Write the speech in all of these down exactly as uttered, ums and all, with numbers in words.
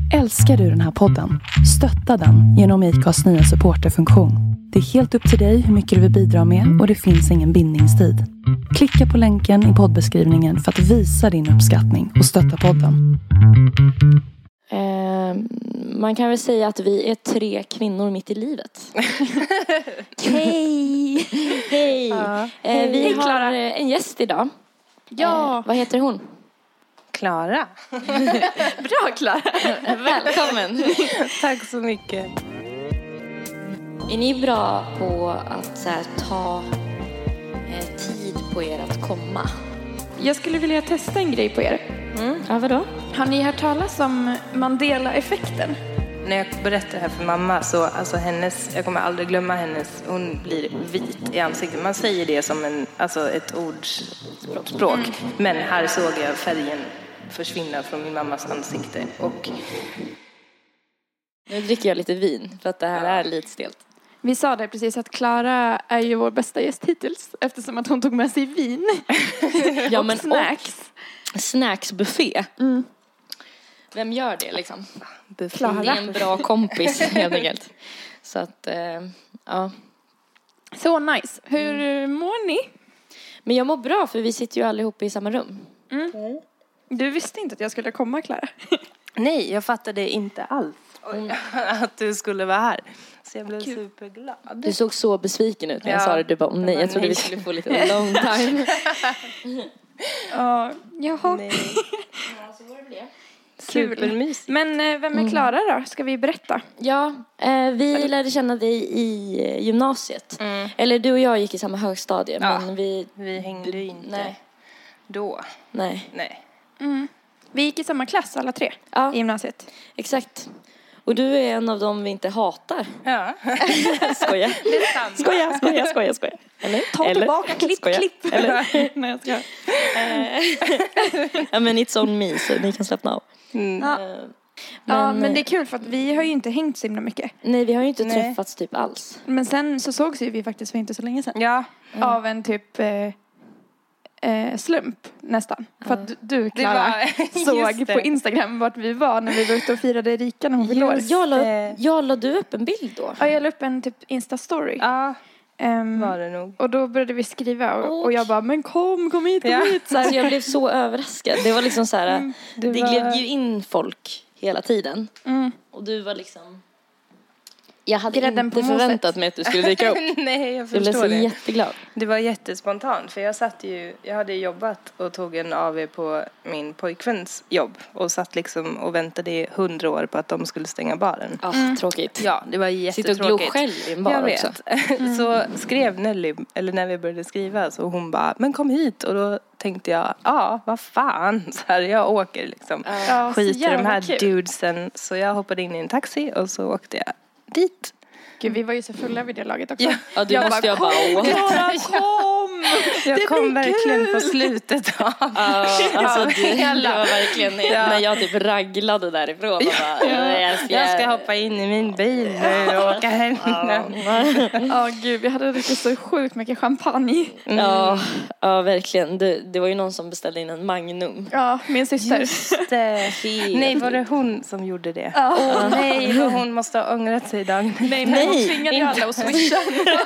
Älskar du den här podden? Stötta den genom I C A:s nya supporterfunktion. Det är helt upp till dig hur mycket du vill bidra med och det finns ingen bindningstid. Klicka på länken i poddbeskrivningen för att visa din uppskattning och stötta podden. Eh, man kan väl säga att vi är tre kvinnor mitt i livet. Hej! Hej! Ja. Eh, vi Hej, har Clara. en gäst idag. Ja. Eh, vad heter hon? Klara. Bra, Clara. Välkommen. Tack så mycket. Är ni bra på att så här, ta eh, tid på er att komma? Jag skulle vilja testa en grej på er. Mm. Ja, vadå? Har ni hört talas om Mandela-effekten? När jag berättar det här för mamma så alltså hennes, jag kommer aldrig glömma hennes, hon blir vit i ansiktet. Man säger det som en, alltså ett ordspråk. Mm. Men här såg jag färgen försvinna från min mammas ansikte. Och Nu dricker jag lite vin för att det här är lite stelt. Vi sa det precis att Clara är ju vår bästa gäst hittills. Eftersom att hon tog med sig vin. Ja, och men snacks. Och snacksbuffé. Mm. Vem gör det liksom? buffé. Det är en bra kompis helt enkelt. Så att, eh, ja. Så nice. Hur mm. mår ni? Men jag mår bra för vi sitter ju allihopa i samma rum. Mm. Mm. Du visste inte att jag skulle komma, Clara. Nej, jag fattade inte alls Mm. att du skulle vara här. Så jag blev Kul. superglad. Du såg så besviken ut när jag Ja. sa det. Du bara, oh, nej, jag trodde nej. vi skulle få lite long time. Ja, jaha. Nej. Ja, så var det det. Supermysigt. Men eh, vem är Clara då? Ska vi berätta? Ja, eh, vi lärde känna dig i eh, gymnasiet. Mm. Eller du och jag gick i samma högstadie. Ja. Men vi... Vi hängde ju inte Nej. då. Nej. Nej. Mm. Vi gick i samma klass alla tre Ja, i gymnasiet. exakt. Och du är en av dem vi inte hatar. Ja. Skoja. Skoja, skoja, skoja, skoja. Eller? Ta Eller? tillbaka, klipp, Skoja. klipp. Eller? Nej, jag ska. Ja, men it's on me, så ni kan slappna av. Mm. Ja. Eh, Ja, men det är kul för att vi har ju inte hängt så himla mycket. Nej, vi har ju inte Nej. träffats typ alls. Men sen så sågs ju vi faktiskt för inte så länge sedan. Ja. Mm. Av en typ eh, eh, slump nästan. För att du, Det Clara, var- såg just det. på Instagram vart vi var när vi var ute och firade Erika när hon fyllde år. Jag la, Eh. upp, jag la du upp en bild då? Ja, jag la upp en typ Insta-story. Ja, Ehm, var det nog. och då började vi skriva och, Och- och jag bara, men kom, kom hit, kom Ja. hit. Så här. Alltså jag blev så överraskad. Det var liksom så här, Mm, det, det var- gled ju in folk hela tiden. Mm. Och du var liksom... Jag hade Grädden inte på moset. förväntat mig att du skulle dyka upp. Nej, jag Jag blev förstår så det. jätteglad. Det var jättespontant för jag satt ju, jag hade jobbat och tog en A V på min pojkväns jobb och satt liksom och väntade i hundra år på att de skulle stänga baren. Ah, Tråkigt. Ja, det var Sitta och glo jättetråkigt. själv i en bar Jag också. vet. Så skrev Nelly, eller när vi började skriva, så hon bara, men kom hit. Och då tänkte jag, ja, vad fan. Så här, jag åker liksom. Ja, så Skit i de jävla här kul. dudesen. Så jag hoppade in i en taxi och så åkte jag dit. Gud, vi var ju så fulla vid det laget också. Ja. Ja, du måste jag bara... Kom, Clara, kom! Jag Det kom blir verkligen kul. på slutet av. Ja, alltså det, det Hela. var verkligen Ja. när jag typ raglade därifrån och bara, jag, ska, Jag ska hoppa in i min bil nu och åka hem. Ja, gud, vi hade druckit så sjukt mycket champagne. Ja, ja, verkligen. Det, det var ju någon som beställde in en Magnum. Ja, min syster. Just det. Nej, var det hon som gjorde det? Ja. Åh nej, vad hon måste ha ångrat sig idag. Nej, men hon tvingade ju alla att swisha.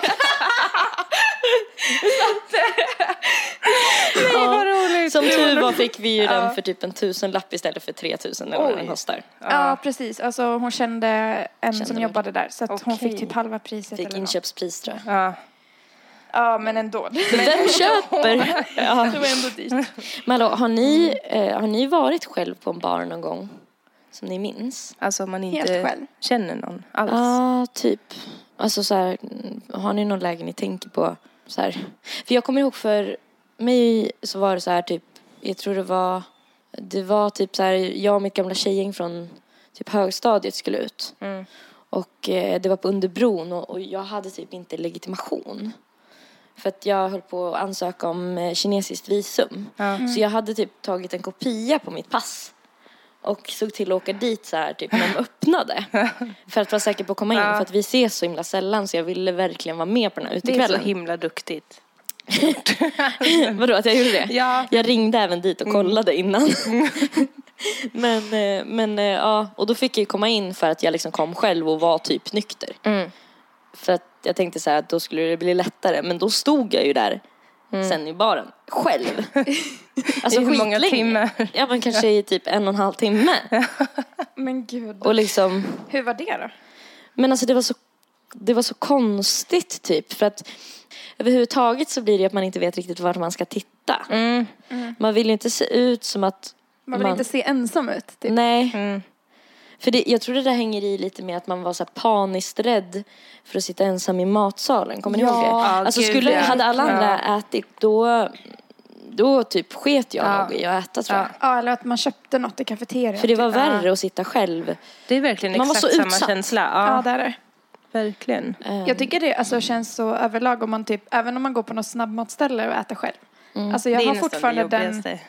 Nej, vad roligt. Som tur var fick vi ju Ja. den för typ en tusenlapp istället för tre tusen eller vad Oj. den kostar. Ja, precis. Alltså hon kände en Kände som väl. jobbade där. Så att hon Okej. fick typ halva priset. Fick eller något. inköpspris tror jag. Ja. Ja, men ändå. Vem köper? Ja. Det var ändå dyrt. Men hallå, har ni, eh, har ni varit själv på en bar någon gång? Som ni minns? Alltså om man Helt inte själv. känner någon alls. Ja, typ. Alltså så här, mm, har ni någon läge ni tänker på? Så här. För jag kommer ihåg för mig så var det så här typ, jag tror det var, det var typ så här, jag och mitt gamla tjejgäng från typ högstadiet skulle ut. Mm. Och eh, det var på Underbron och, och jag hade typ inte legitimation. För att jag höll på att ansöka om eh, kinesiskt visum. Ja. Så jag hade typ tagit en kopia på mitt pass. Och såg till att åka dit så här typ när de öppnade. För att vara säker på att komma in. Ja. För att vi ses så himla sällan så jag ville verkligen vara med på den här Det är så utekvällen. himla duktigt. Vadå att jag gjorde det? Ja. Jag ringde även dit och kollade innan. men, eh, men eh, ja, och då fick jag ju komma in för att jag liksom kom själv och var typ nykter. Mm. För att jag tänkte så här att då skulle det bli lättare. Men då stod jag ju där mm. sen i baren själv. Alltså i hur många timmar? Ja, men kanske i typ en och en halv timme. Men gud. Och liksom, hur var det då? men alltså det var så det var så konstigt typ. För att överhuvudtaget så blir det att man inte vet riktigt vart man ska titta. Mm. Mm. Man vill ju inte se ut som att Man vill man... inte se ensam ut. Typ. Nej. Mm. För det, jag tror det där hänger i lite med att man var så här paniskt rädd för att sitta ensam i matsalen. Kommer ni Ja. ihåg det? Ja, Alltså gud, skulle, ja. hade alla andra Ja. ätit då, då typ sket jag Ja. nog i att äta, tror jag. Ja, eller att man köpte något i kafeterian. För det var typ. värre att sitta själv. Det är verkligen Man var exakt så samma utsatt. känsla. Ja, Ja, det är det. verkligen. Um, Jag tycker det alltså, känns så överlag om man typ, även om man går på något snabbmatställe och äter själv. Mm. Alltså jag det är har nästan fortfarande det den, jobbigaste.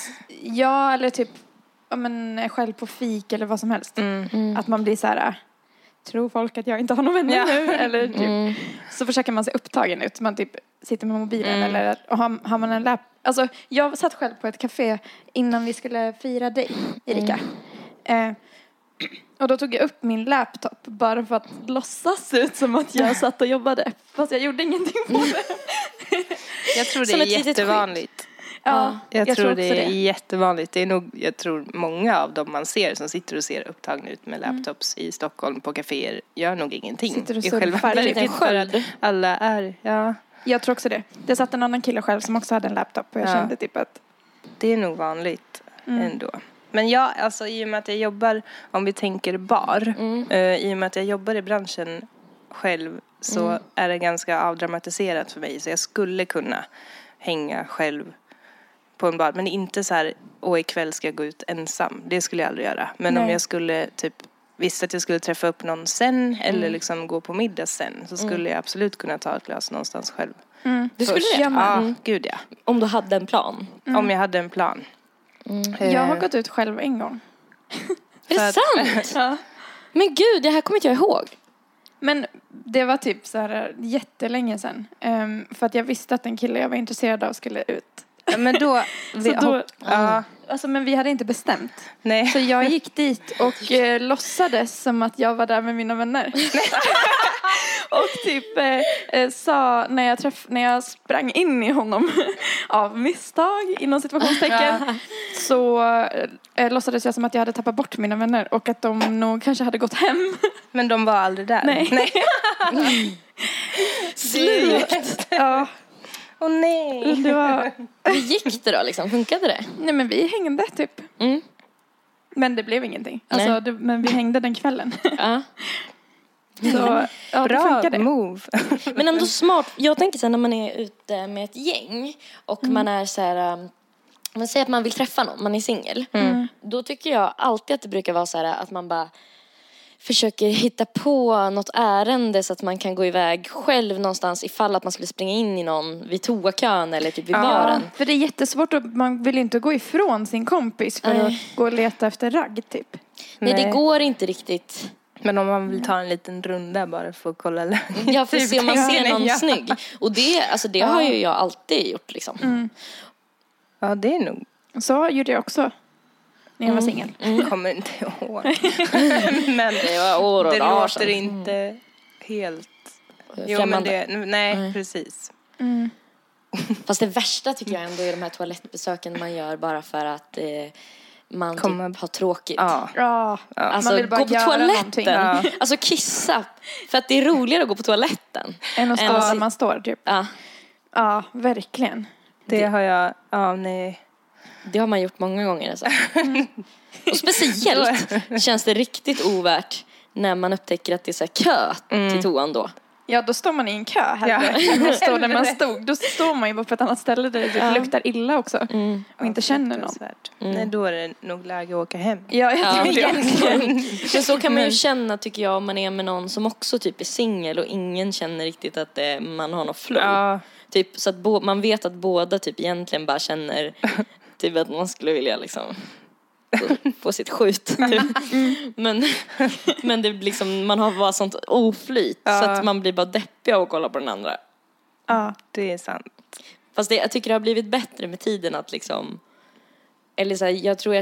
ja eller typ, ja men är själv på fik eller vad som helst. Mm. Mm. Att man blir så här, tror folk att jag inte har någon vänner Ja. nu? Eller typ, Mm. så försöker man se upptagen ut. Man typ sitter med mobilen Mm. eller och har, har man en lap. Alltså jag satt själv på ett café innan vi skulle fira dig, Erika. Mm. Eh, och då tog jag upp min laptop bara för att låtsas ut som att jag satt och jobbade. Fast jag gjorde ingenting på det. Jag tror det Som är ett litet jättevanligt. Ja, Jag, tror, också det är jättevanligt. Det är nog, jag tror många av dem man ser som sitter och ser upptagna ut med laptops i Stockholm på kaféer gör nog ingenting. Sitter och i själva surfar. verket Lite för att sköld. alla är, ja. Jag tror också det. Det satt en annan kille själv som också hade en laptop. Och jag Ja. kände typ att... Det är nog vanligt Mm. ändå. Men jag, alltså i och med att jag jobbar, om vi tänker bar, Mm. eh, i och med att jag jobbar i branschen själv så Mm. är det ganska avdramatiserat för mig. Så jag skulle kunna hänga själv på en bar. Men inte så här, åh ikväll ska jag gå ut ensam. Det skulle jag aldrig göra. Men Nej. om jag skulle typ, visste att jag skulle träffa upp någon sen Mm. eller liksom gå på middag sen så skulle jag absolut kunna ta ett glas någonstans själv. Mm. Du skulle Först. det? Ja, Mm. gud ja. Om du hade en plan. Om jag hade en plan. Mm. Jag har Eh, gått ut själv en gång. Är det För sant? Ja. Men gud, det här kommer inte jag ihåg. Men det var typ så här jättelänge sedan. Um, för att jag visste att en kille jag var intresserad av skulle ut. Ja, men då, vi, Så då hopp, ja, alltså, men vi hade inte bestämt. nej. Så jag gick dit och eh, låtsades som att jag var där med mina vänner. Och typ eh, eh, sa när jag, träff, när jag sprang in i honom av misstag inom situationstecken så eh, låtsades jag som att jag hade tappat bort mina vänner och att de nog kanske hade gått hem. Men de var aldrig där. Nej. nej. Slut! Ja, Åh nej. det var... Hur gick det då liksom? Funkade det? Nej men vi hängde typ. Mm. Men det blev ingenting. Alltså, Nej. det, men vi hängde den kvällen. Ja. Så ja, det Bra funkade. move. Men ändå smart. Jag tänker sen när man är ute med ett gäng och man är så här, um, man säger att man vill träffa någon, man är singel. Mm. Då tycker jag alltid att det brukar vara så här att man bara försöker hitta på något ärende så att man kan gå iväg själv någonstans ifall att man skulle springa in i någon vid toakön eller typ vid baren. Ja, för det är jättesvårt och man vill inte gå ifrån sin kompis för Nej. att gå och leta efter ragg typ. Nej, det Nej. går inte riktigt. Men om man vill ta en liten runda bara för att kolla läget. Ja, för att se om man ser någon Ja. snygg. Och det, alltså det har ju jag alltid gjort liksom. Mm. Ja, det är nog. Så gjorde jag också när jag var singel. Jag kommer inte ihåg. Men Det var år och det dagar låter sedan. inte helt... Jo, men Främmande. det... Nej, Nej. precis. Mm. Fast det värsta tycker jag ändå är de här toalettbesöken man gör bara för att eh, man Komma- typ har tråkigt. Ja. Ja, Alltså man vill bara gå på göra toaletten. någonting. Ja. Alltså kissa. För att det är roligare att gå på toaletten. Än att stå Än att där sit- man står typ. Ja, Ja, verkligen. Det har jag... Ja, nej. det har man gjort många gånger alltså. Och speciellt känns det riktigt ovärt när man upptäcker att det är så här kö till toan då. Ja, då står man i en kö hellre Ja. än att stå där man stod. Då står man ju bara på ett annat ställe där det typ luktar illa också. Mm. Och inte känner någon. Fruktansvärt. Nej, då är det nog läge att åka hem. Ja, jag Ja, tror det också. Men så kan man ju känna tycker jag om man är med någon som också typ är singel och ingen känner riktigt att eh, man har något flow. Ja. Typ så att bo- man vet att båda typ egentligen bara känner typ att man skulle vilja liksom få- få sitt skjut typ. Men, men det blir liksom, man har bara sånt oflyt så Ja. att man blir bara deppig av att kolla på den andra. Ja. Det är sant. Fast det, jag tycker det har blivit bättre med tiden att liksom, eller så här, jag tror jag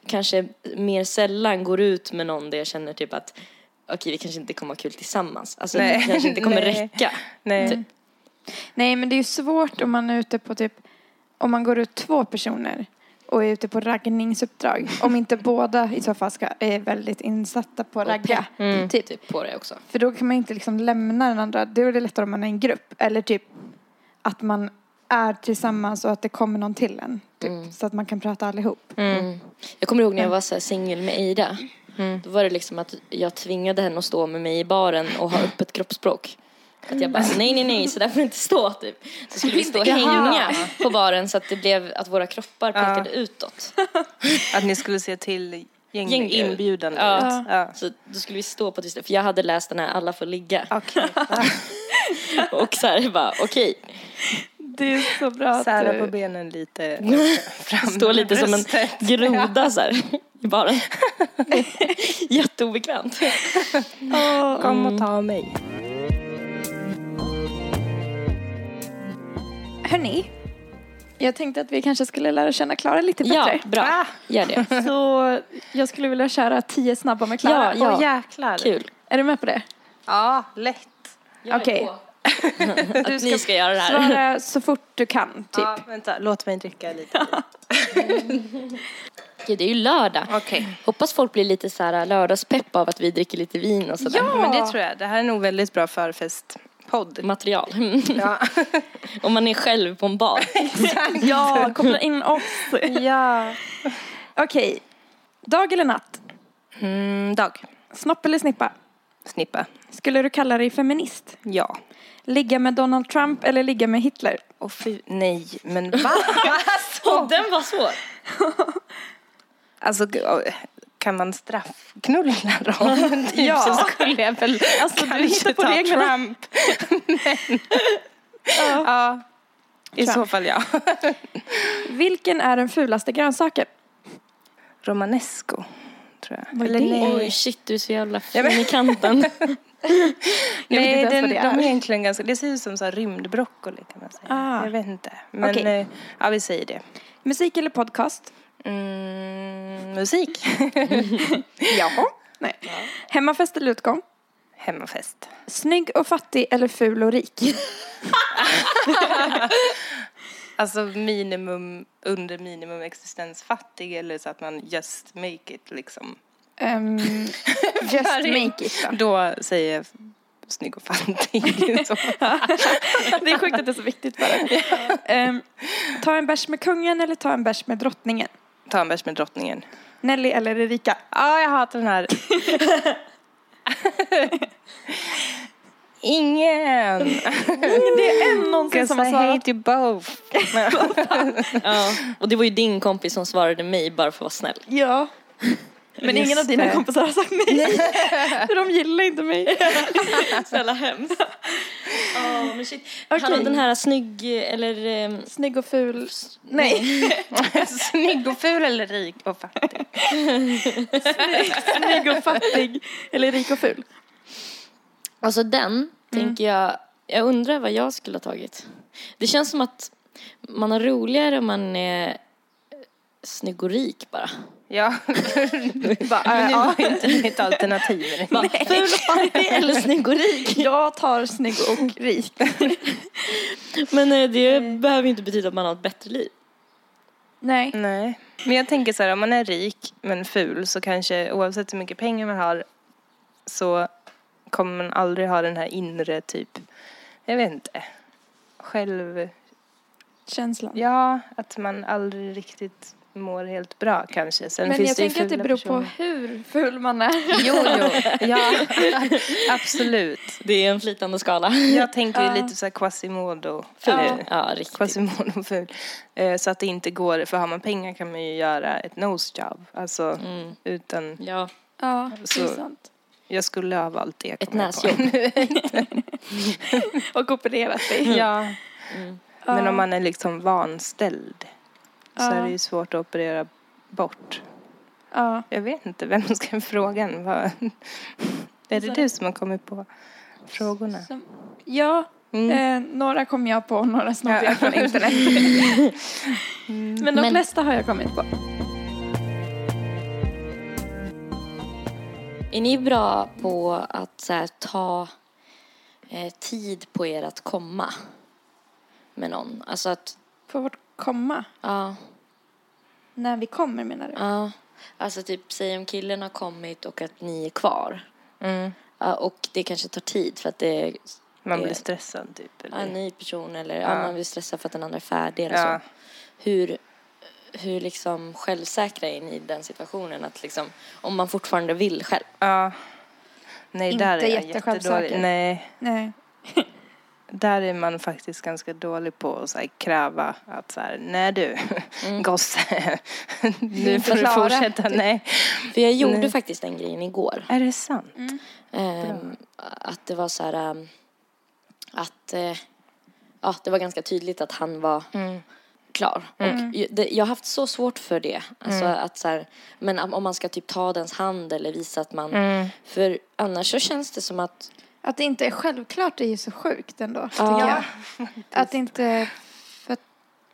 kanske mer sällan går ut med någon där jag känner typ att okej, vi kanske inte kommer ha kul tillsammans. Alltså Nej. det kanske inte kommer Nej. räcka. Nej. Typ. Nej, men det är ju svårt om man är ute på typ, om man går ut två personer och är ute på raggningsuppdrag. Om inte båda i så fall ska, är väldigt insatta på att ragga. Mm, Typ. typ på det också. För då kan man inte liksom lämna den andra. Det är det lättare om man är i en grupp. Eller typ att man är tillsammans och att det kommer någon till en. Typ, Mm. så att man kan prata allihop. Mm. Jag kommer ihåg när jag var så här singel med Ida. Mm. Då var det liksom att jag tvingade henne att stå med mig i baren och ha öppet kroppsspråk. Att jag bara, nej, nej, nej, så där får inte stå typ. Så skulle vi stå och hänga på baren så att det blev att våra kroppar pekade ja. utåt. Att ni skulle se till gäng, Gäng- inbjudande Ja. ut. Ja. Så då skulle vi stå på ett visst, för jag hade läst den här Alla får ligga. Okej. Och så här bara, okej. Det är så bra att Sära du... på benen lite. Fram Stå lite som en bröstet. groda så här i baren. Jätteobekvämt. Åh. Kom och ta mig. Hörni, jag tänkte att vi kanske skulle lära känna Klara lite Ja, bättre. bra. Gör det. Så jag skulle vilja köra tio snabba med Klara. Ja, ja. Åh, jäklar. Kul. Är du med på det? Ja, lätt. Okej. Att ni ska göra det här. Svara så fort du kan, typ. Ja, vänta, låt mig dricka lite. Okej, det är ju lördag. Okej. Hoppas folk blir lite så här lördagspepp av att vi dricker lite vin och sådär. Ja. Men det tror jag. Det här är nog väldigt bra förfestpodd. Material. Ja. Om man är själv på en bar. Ja, koppla in oss. Ja. Okej. Dag eller natt? Mm, dag. Snopp eller snippa? Snippa. Skulle du kalla dig feminist? Ja. Ligga med Donald Trump eller ligga med Hitler? Och fy, nej, men va? Och den var svår. Alltså, kan man straffknulla dem? Typ, Ja. så skulle jag väl Alltså, du kanske hittar på ta reglerna. Trump. Men, ja. I Trump. så fall ja. Vilken är den fulaste grönsaken? Romanesco, tror jag. Vad är det? Oj, shit, du är så jävla Ja, fin men- i kanten. Jag vet Nej, inte ens den, vad de det är. är egentligen ganska, det ser ut som så här rymdbroccoli kan man säga. Ah. Jag vet inte. Men Okej. eh, ja, vi säger det. Musik eller podcast? Mm, musik. Jaha. Nej. Hemmafest eller utgång? Hemmafest. Snygg och fattig eller ful och rik? Alltså minimum, under minimum existensfattig eller så att man just make it liksom. Um, just make it då. Då säger jag snygg och fattig. Så. Det är sjukt att det är så viktigt för det. Um, ta en bärs med kungen eller ta en bärs med drottningen? Ta en bärs med drottningen. Nelly eller Erika? Ja, jag hatar den här. Ingen. Det är en någonsin som Because har I svarat. hate you both. Ja. Och det var ju din kompis som svarade mig bara för att vara snäll. Ja. Men Just ingen av dina det. kompisar har sagt nej. För de gillar inte mig. Så jävla hemskt. Oh, men shit. Okej. Han den här snygg eller... ehm, Snygg och ful. Nej. Snygg och ful eller rik och fattig. Snygg och fattig. Eller rik och ful. Alltså den, tänker jag... Jag undrar vad jag skulle ha tagit. Det känns som att man har roligare om man är snygg och rik bara. Ja. Bara, Men äh, nu ja. var inte mitt alternativ. Bara, ful och fattig eller snygg och rik. Jag tar snygg och rik. Men eh, det behöver ju inte betyda att man har ett bättre liv. Nej. Nej. Men jag tänker så här, om man är rik men ful så kanske oavsett hur mycket pengar man har så kommer man aldrig ha den här inre typ, jag vet inte, själv, Känslan. ja, att man aldrig riktigt mår helt bra kanske. Sen Men finns jag det ju tänker att det fula beror personer. på hur ful man är. Jo, jo, ja, absolut. Det är en flytande skala. Jag tänker ju Ja. lite så här Quasimodo Ful. ful. Ja, riktigt. Quasimodo ful. Eh, Så att det inte går, för har man pengar kan man ju göra ett nosejob. Alltså Mm. utan, Ja. Ja, det är Så- sant. jag skulle ha valt det. Ett kommer jag på. näsjobb. Och opererat dig. Ja, Mm. men Ja. om man är liksom vanställd så Ja. är det ju svårt att operera bort. Ja. Jag vet inte, vem ska frågan? Vad... Är det du som har kommit på frågorna? Som, ja, Mm. eh, några kom jag på, några snodde Ja. jag från internet. Men de Men- flesta har jag kommit på. Är ni bra på att så här, ta eh, tid på er att komma med någon? Alltså att... På vårt komma? Ja. När vi kommer, menar du? Ja. Alltså typ, säg om killen har kommit och att ni är kvar. Mm. Ja, och det kanske tar tid för att det... Man blir är, stressad typ. Eller? En ny person eller Ja. ja, man blir stressad för att den andra är färdig eller Ja. så. Hur, hur liksom självsäkra är ni i den situationen? Att liksom, om man fortfarande vill själv. Ja. Nej, Inte där är jag jättesjälvsäker. jättedålig. Nej. Nej. Där är man faktiskt ganska dålig på att så här, kräva att så här, nej du, Mm. gosse, nu inte får du klara. fortsätta. Nej. För jag gjorde Nej. faktiskt den grejen igår. Är det sant? Mm. Ehm, att det var så här... ehm, att... Eh, ja, det var ganska tydligt att han var... Mm. klar. Mm. Och ju- det, jag har haft så svårt för det. Alltså Mm. att så här, men om om man ska typ ta dens hand eller visa att man... Mm. För annars så känns det som att... Att det inte är självklart är ju så sjukt ändå, Ja. tycker jag. Att inte... För att,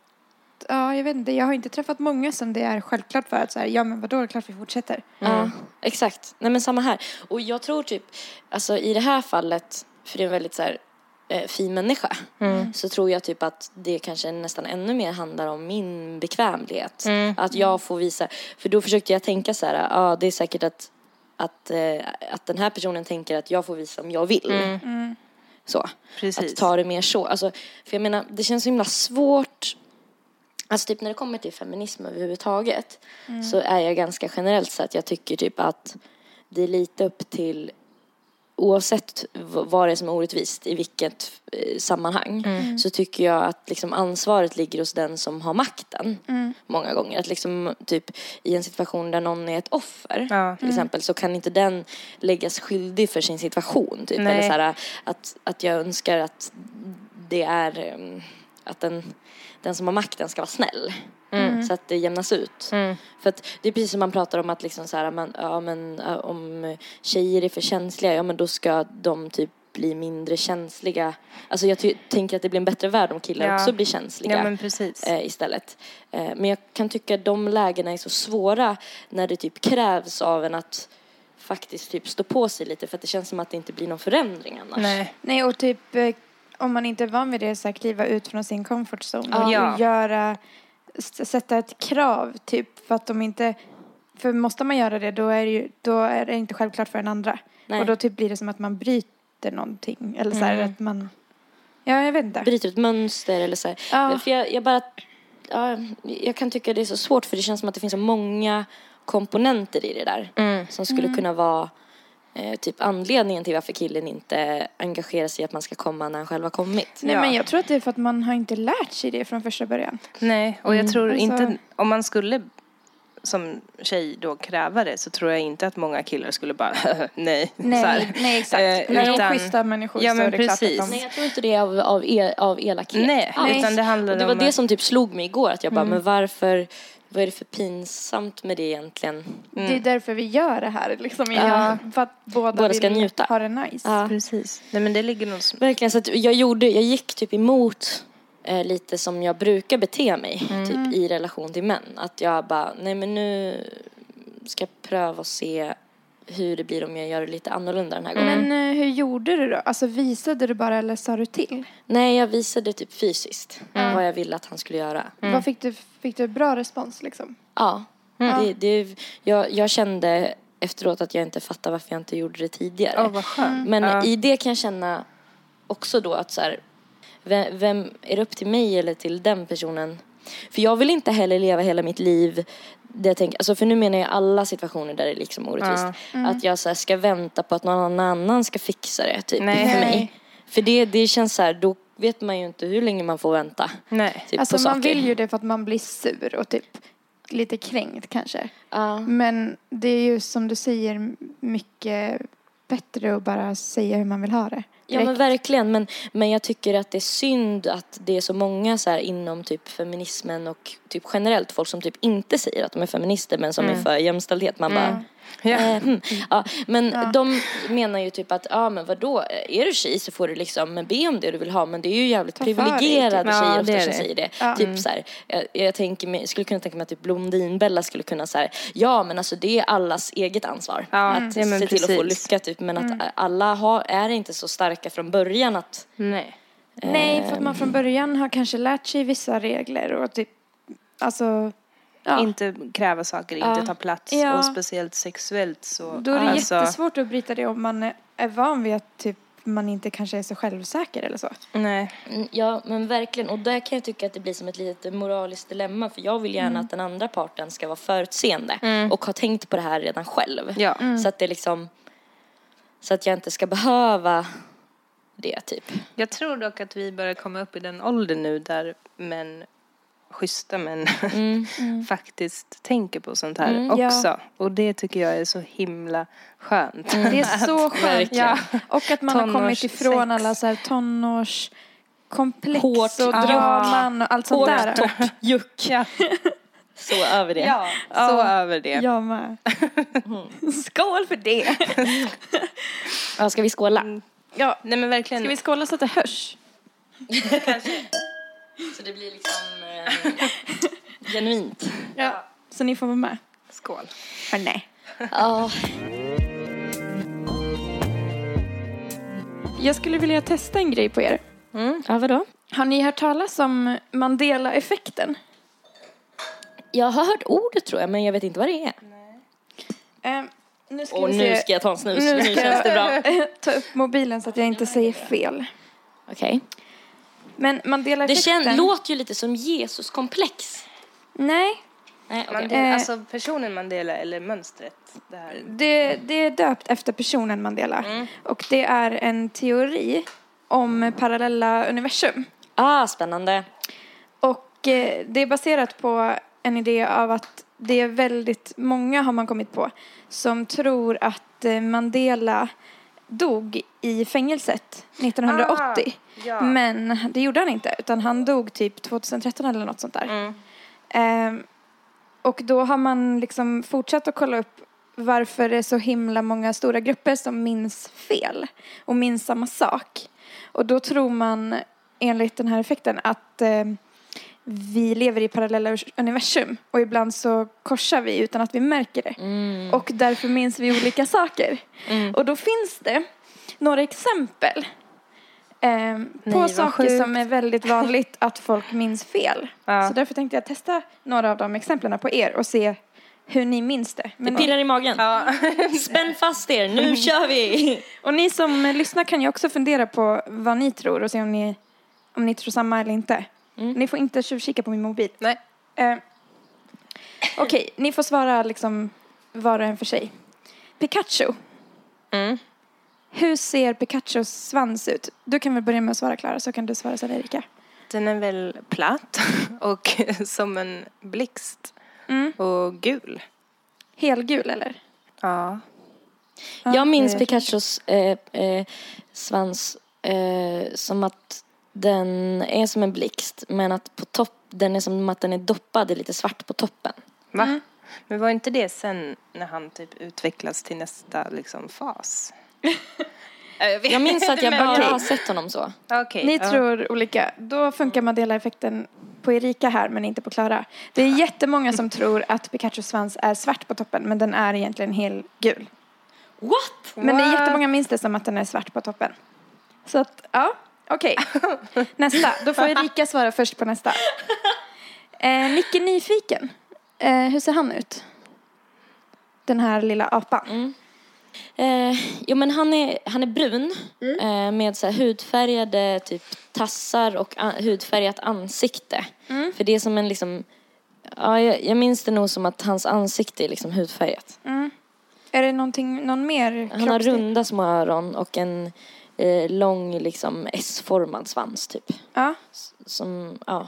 ja, jag vet inte. Jag har inte träffat många som det är självklart för att så här, ja men vadå, det är klart vi fortsätter. Ja, exakt. Nej men samma här. Och jag tror typ, alltså i det här fallet, för det är en väldigt så här eh, fin människa, Mm. så tror jag typ att det kanske nästan ännu mer handlar om min bekvämlighet. Mm. Att jag får visa, för då försökte jag tänka så här, ja ah, det är säkert att Att, eh, att den här personen tänker att jag får visa om jag vill. Mm. Mm. Så. Precis. Att ta det mer så. Alltså, för jag menar, det känns så himla svårt. Alltså typ när det kommer till feminism överhuvudtaget. Mm. Så är jag ganska generellt så att jag tycker typ att det är lite upp till, oavsett v- vad det är som är orättvist i vilket eh, sammanhang. Mm. Så tycker jag att liksom ansvaret ligger hos den som har makten. Mm. Många gånger. Att liksom typ i en situation där någon är ett offer. Ja. Till exempel så kan inte den läggas skyldig för sin situation. Typ. Nej. Eller så här, att, att jag önskar att det är um, att den, den som har makten ska vara snäll. Mm. Så att det jämnas ut. Mm. För att det är precis som man pratar om att liksom så här, man, ja, men, äh, om tjejer är för känsliga, ja men då ska de typ bli mindre känsliga. Alltså jag ty- tänker att det blir en bättre värld om killar Ja. också blir känsliga. Ja, men precis. Eh, istället. Eh, men jag kan tycka att de lägena är så svåra när det typ krävs av en att faktiskt typ stå på sig lite, för att det känns som att det inte blir någon förändring annars. Nej. Nej, och typ eh, om man inte är van vid det, så här, kliva ut från sin comfort zone och Ja. göra, s- sätta ett krav typ, för att de inte, för måste man göra det, då är det ju, då är det inte självklart för den andra. Nej. Och då typ blir det som att man bryter någonting, eller så här, Mm. att man, ja jag vet inte. Bryter ett mönster eller så här. Ja. För jag, jag bara, ja, jag kan tycka det är så svårt, för det känns som att det finns så många komponenter i det där. Mm. Som skulle Mm. kunna vara eh, typ anledningen till varför killen inte engagerar sig i att man ska komma när han själv har kommit. Nej, Ja. men jag tror att det är för att man har inte lärt sig det från första början. Nej, och jag Mm. tror Alltså- inte, om man skulle som tjej då kräva det, så tror jag inte att många killar skulle bara nej. Nej, så här. nej exakt. Eh, När de utan- schyssta människor, Ja, så men är det klart precis. att de... Nej, jag tror inte det är av, av, el, av elakhet. Nej, alls. utan det handlar Och det om var det att- som typ slog mig igår, att jag bara, Mm. men varför, vad är det för pinsamt med det egentligen? Det är därför vi gör det här. Liksom, Ja. För att båda, Båda ska vill njuta. ha det nice. Ja. Precis. Nej, men det ligger nog som... Verkligen, så att jag gjorde, jag gick typ emot eh, lite som jag brukar bete mig Mm. typ i relation till män. Att jag bara, nej men nu ska jag pröva och se hur det blir om jag gör det lite annorlunda den här gången. Mm. Men eh, hur gjorde du då? Alltså visade du bara eller sa du till? Nej, jag visade typ fysiskt Mm. vad jag ville att han skulle göra. Mm. Vad fick du, fick du bra respons liksom? Ja, Mm. det, det, jag, jag kände efteråt att jag inte fattade varför jag inte gjorde det tidigare. Åh, vad skönt. Men Ja. i det kan jag känna också då att så här, vem, vem är det upp till mig eller till den personen? För jag vill inte heller leva hela mitt liv där jag tänker, alltså för nu menar jag alla situationer där det är liksom orättvist. Ja. Mm. Att jag så här ska vänta på att någon annan ska fixa det typ Nej. för mig. Nej. För det, det känns så här, då vet man ju inte hur länge man får vänta. Nej. Typ Alltså på man saker. vill ju det för att man blir sur och typ lite kränkt kanske. Ja. Men det är ju som du säger mycket bättre att bara säga hur man vill ha det. Ja men Direkt. verkligen, men, men jag tycker att det är synd att det är så många så här inom typ feminismen och typ generellt folk som typ inte säger att de är feminister men som Mm. är för jämställdhet. Man Mm. bara, Ja. Eh, mm, ja, men Ja. de menar ju typ att, ja men vadå, är du tjej så får du liksom be om det du vill ha, men det är ju jävligt Ta för dig, privilegierade typ. tjejer Ja, ofta det är som det. säger det. Ja. Typ så här, jag, jag tänker mig, skulle kunna tänka mig att typ Blondinbella skulle kunna så här, ja men alltså det är allas eget ansvar Ja, att ja, men se till att få precis. lycka typ, men att alla har, är inte så starka från början att Nej. Nej, för att man från början har kanske lärt sig vissa regler och typ, alltså, ja. Inte kräva saker, Ja. inte ta plats. Ja. Och speciellt sexuellt så... Då är det alltså, jättesvårt att bryta det om man är- är van vid att typ man inte kanske är så självsäker eller så. Nej. Mm, ja, men verkligen. Och där kan jag tycka att det blir som ett litet moraliskt dilemma. För jag vill gärna Mm. att den andra parten ska vara förutseende. Mm. Och ha tänkt på det här redan själv. Ja. Mm. Så att det liksom... Så att jag inte ska behöva det, typ. Jag tror dock att vi börjar komma upp i den åldern nu där män, schyssta män, Mm. faktiskt tänker på sånt här Mm, också. ja. Och det tycker jag är så himla skönt. Det är så skönt. verkligen. Ja. Och att man har kommit Tonårssex. ifrån alla så här tonårskomplex Hårt, och ja. draman och allt sånt Hårt, där. torrt, juck. Ja. Så över det. Ja, så Ja. över det. Jag med. Skål för det. Ja, ska vi skåla? Ja. Nej men verkligen. Ska vi skåla så att det hörs? Så det blir liksom eh, genuint. Ja. Så ni får vara med. Skål. För nej. Ja. Jag skulle vilja testa en grej på er. Mm. Ja, vadå? Har ni hört talas om Mandela-effekten? Jag har hört ordet tror jag, men jag vet inte vad det är. Eh, nu ska Och vi nu se. ska jag ta en snus, Nu nu, ska känns det bra. jag ta upp mobilen så att jag inte säger fel. Okej. Men Det Mandela-effekten... kän, låter ju lite som Jesus-komplex. Nej, Nej, okej. Mandela, Eh. alltså personen Mandela eller mönstret. Det här. det, det är döpt efter personen Mandela. Mm. Och det är en teori om parallella universum. Ah, spännande. Och eh, det är baserat på en idé av att det är väldigt många, har man kommit på, som tror att eh, Mandela dog i fängelset nittonhundraåttio. Ah, ja. Men det gjorde han inte, utan han dog typ tjugohundratretton eller något sånt där. Mm. Ehm, och då har man liksom fortsatt att kolla upp varför det är så himla många stora grupper som minns fel och minns samma sak. Och då tror man, enligt den här effekten, att eh, vi lever i parallella universum och ibland så korsar vi utan att vi märker det. Mm. Och därför minns vi olika saker. Mm. Och då finns det några exempel eh, på vad saker sjukt. som är väldigt vanligt att folk minns fel. Ja. Så därför tänkte jag testa några av de exemplen på er och se hur ni minns det. Det Men, pirrar i magen. Ja. Spänn fast er, nu kör vi! och ni som lyssnar kan ju också fundera på vad ni tror och se om ni, om ni tror samma eller inte. Mm. Ni får inte tjuvkika på min mobil. Nej. Eh, Okej, ni får svara liksom var och en för sig. Pikachu. Mm. Hur ser Pikachus svans ut? Du kan väl börja med att svara, Klara, så kan du svara sen, Erika. Den är väl platt och som en blixt Mm. och gul. Helgul, eller? Ja. Jag minns det- Pikachus eh, eh, svans eh, som att den är som en blixt, men att på topp, den är som att den är doppad i lite svart på toppen. Va? Mm. Men var inte det sen när han typ utvecklas till nästa liksom fas? Jag minns att jag Men bara okej. har sett honom så. Okej. Ni ja. tror olika. Då funkar Mandela-effekten på Erika här, men inte på Klara. Det är jättemånga som tror att Pikachus svans är svart på toppen, men den är egentligen helgul. What? Men det är What? jättemånga minns det som att den är svart på toppen. Så att, ja, okej. Nästa. Då får Erika svara först på nästa. Eh, Nicke Nyfiken. Eh, hur ser han ut? Den här lilla apan. Mm. Eh, jo men han är, han är brun Mm. eh, med så här hudfärgade typ tassar och an, hudfärgat ansikte. Mm. För det är som en liksom, ja, jag, jag minns det nog som att hans ansikte är liksom hudfärgat. Mm. Är det någonting, någon mer Han har kroppsdel? runda små öron och en eh, lång liksom S-formad svans typ. Ja. S- Som, ja.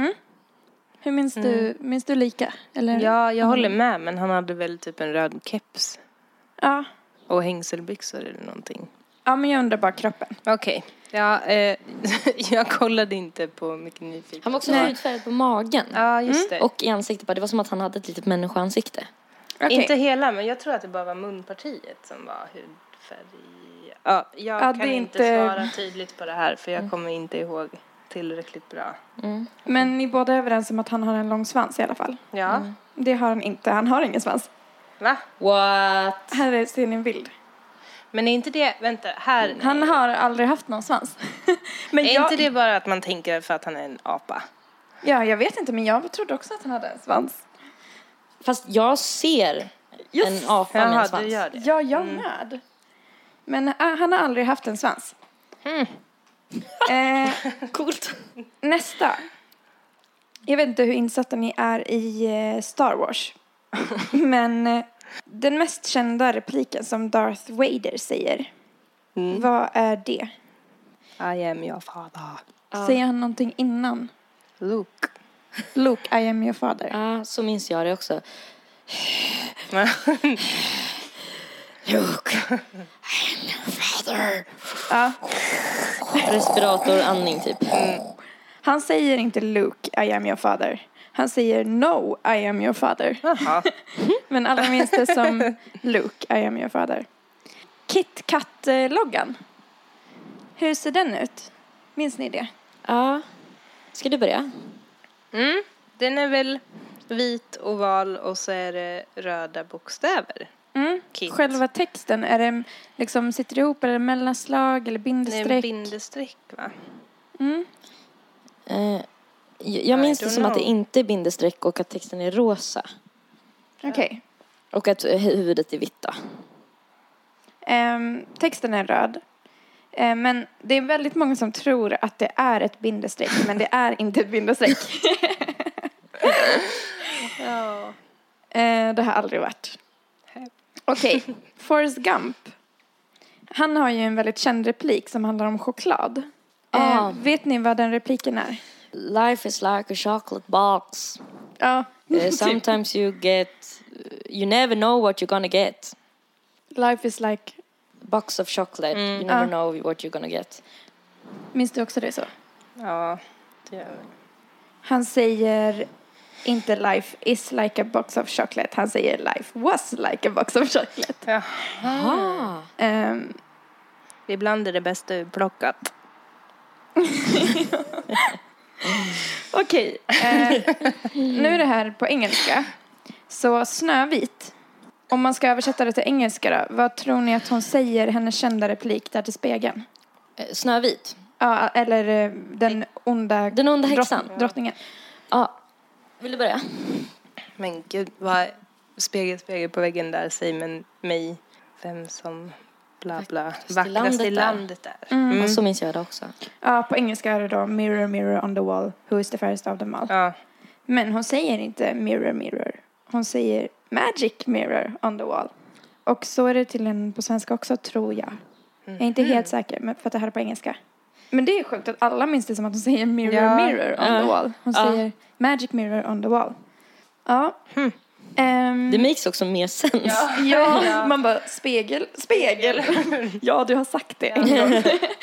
Hur minns du? Minns du lika? Eller? Ja, jag håller med, men han hade väl typ en röd keps Ja. och hängselbyxor eller någonting. Ja, men jag undrar bara kroppen. Okej. Ja, eh, jag kollade inte på mycket nyfiken. Han var också Nej. hudfärgad på magen. Ja, just det. Och i ansiktet, bara, det var som att han hade ett litet människoansikte. Okay. Inte hela, men jag tror att det bara var munpartiet som var hudfärg. Ja, jag Ja, kan det är inte inte... svara tydligt på det här för jag kommer inte ihåg tillräckligt bra. Mm. Men ni båda är överens om att han har en lång svans i alla fall. Ja. Mm. Det har han inte. Han har ingen svans. Va? What? Här ser ni en bild. Men är inte det, vänta, här. Han har aldrig haft någon svans. Men är jag, inte det bara att man tänker för att han är en apa? Ja, jag vet inte, men jag trodde också att han hade en svans. Fast jag ser Just. en apa med Jaha, en svans. du gör det. Ja, jag med. Men äh, han har aldrig haft en svans. Mm. Eh, Coolt. nästa. Jag vet inte hur insatta ni är i eh, Star Wars. Men eh, den mest kända repliken som Darth Vader säger. Mm. Vad är det? I am your father. Ja. Säger han någonting innan? Luke. Luke, I am your father. Ja, så minns jag det också. Luke, I am your father. Ja. Respirator, andning typ. Han säger inte Luke, I am your father. Han säger no, I am your father. Jaha. Men alla minns det som Luke, I am your father. Kit Kat-loggan. Hur ser den ut? Minns ni det? Ja. Ska du börja? Mm. Den är väl vit, oval och så är det röda bokstäver. Mm. Kit. Själva texten, är det liksom sitter ihop eller mellanslag eller Det är bindestreck? bindestreck, va? Mm. Eh, jag minns I det don't som att det know. inte är bindestreck och att texten är rosa. Okej. Okay. Och att huvudet är vitt då. Um, texten är röd. Uh, men det är väldigt många som tror att det är ett bindestreck. Men det är inte ett bindestreck. Ja. uh, det har aldrig varit. Okej, okay. Forrest Gump. Han har ju en väldigt känd replik som handlar om choklad. Ah. Uh, vet ni vad den repliken är? Life is like a chocolate box. Ja. Uh, sometimes you get... You never know what you're gonna get. Life is like... Box of chocolate. Mm. You never Ah. know what you're gonna get. Minns du också det så? Ja, det gör vi. Han säger inte life is like a box of chocolate. Han säger life was like a box of chocolate. Ja. Ah. Um, Ibland är det bästa utplockat. Okej. Okay. Uh, nu är det här på engelska. Så Snövit. Om man ska översätta det till engelska då. Vad tror ni att hon säger hennes kända replik där till spegeln? Eh, Snövit. Ja, eller uh, den onda... Den onda häxan. Drott, drottningen. Ja. Vill du börja? Men gud, vad spegel, spegel på väggen där säger men mig vem som bla bla vackrast i landet där. Mm. Mm. Så minns jag det också. Ja, på engelska är det då mirror, mirror on the wall. Who is the fairest of them all? Ja. Men hon säger inte mirror, mirror. Hon säger magic mirror on the wall. Och så är det till en på svenska också, tror jag. Jag är inte helt säker, men för att det här är på engelska. Men det är sjukt att alla minns det som att hon säger mirror, Ja. mirror on Ja. the wall. Hon Ja. säger magic mirror on the wall. Ja. Hmm. Ehm, Det makes också mer sens. ja, man bara spegel, spegel. Ja, du har sagt det en gång.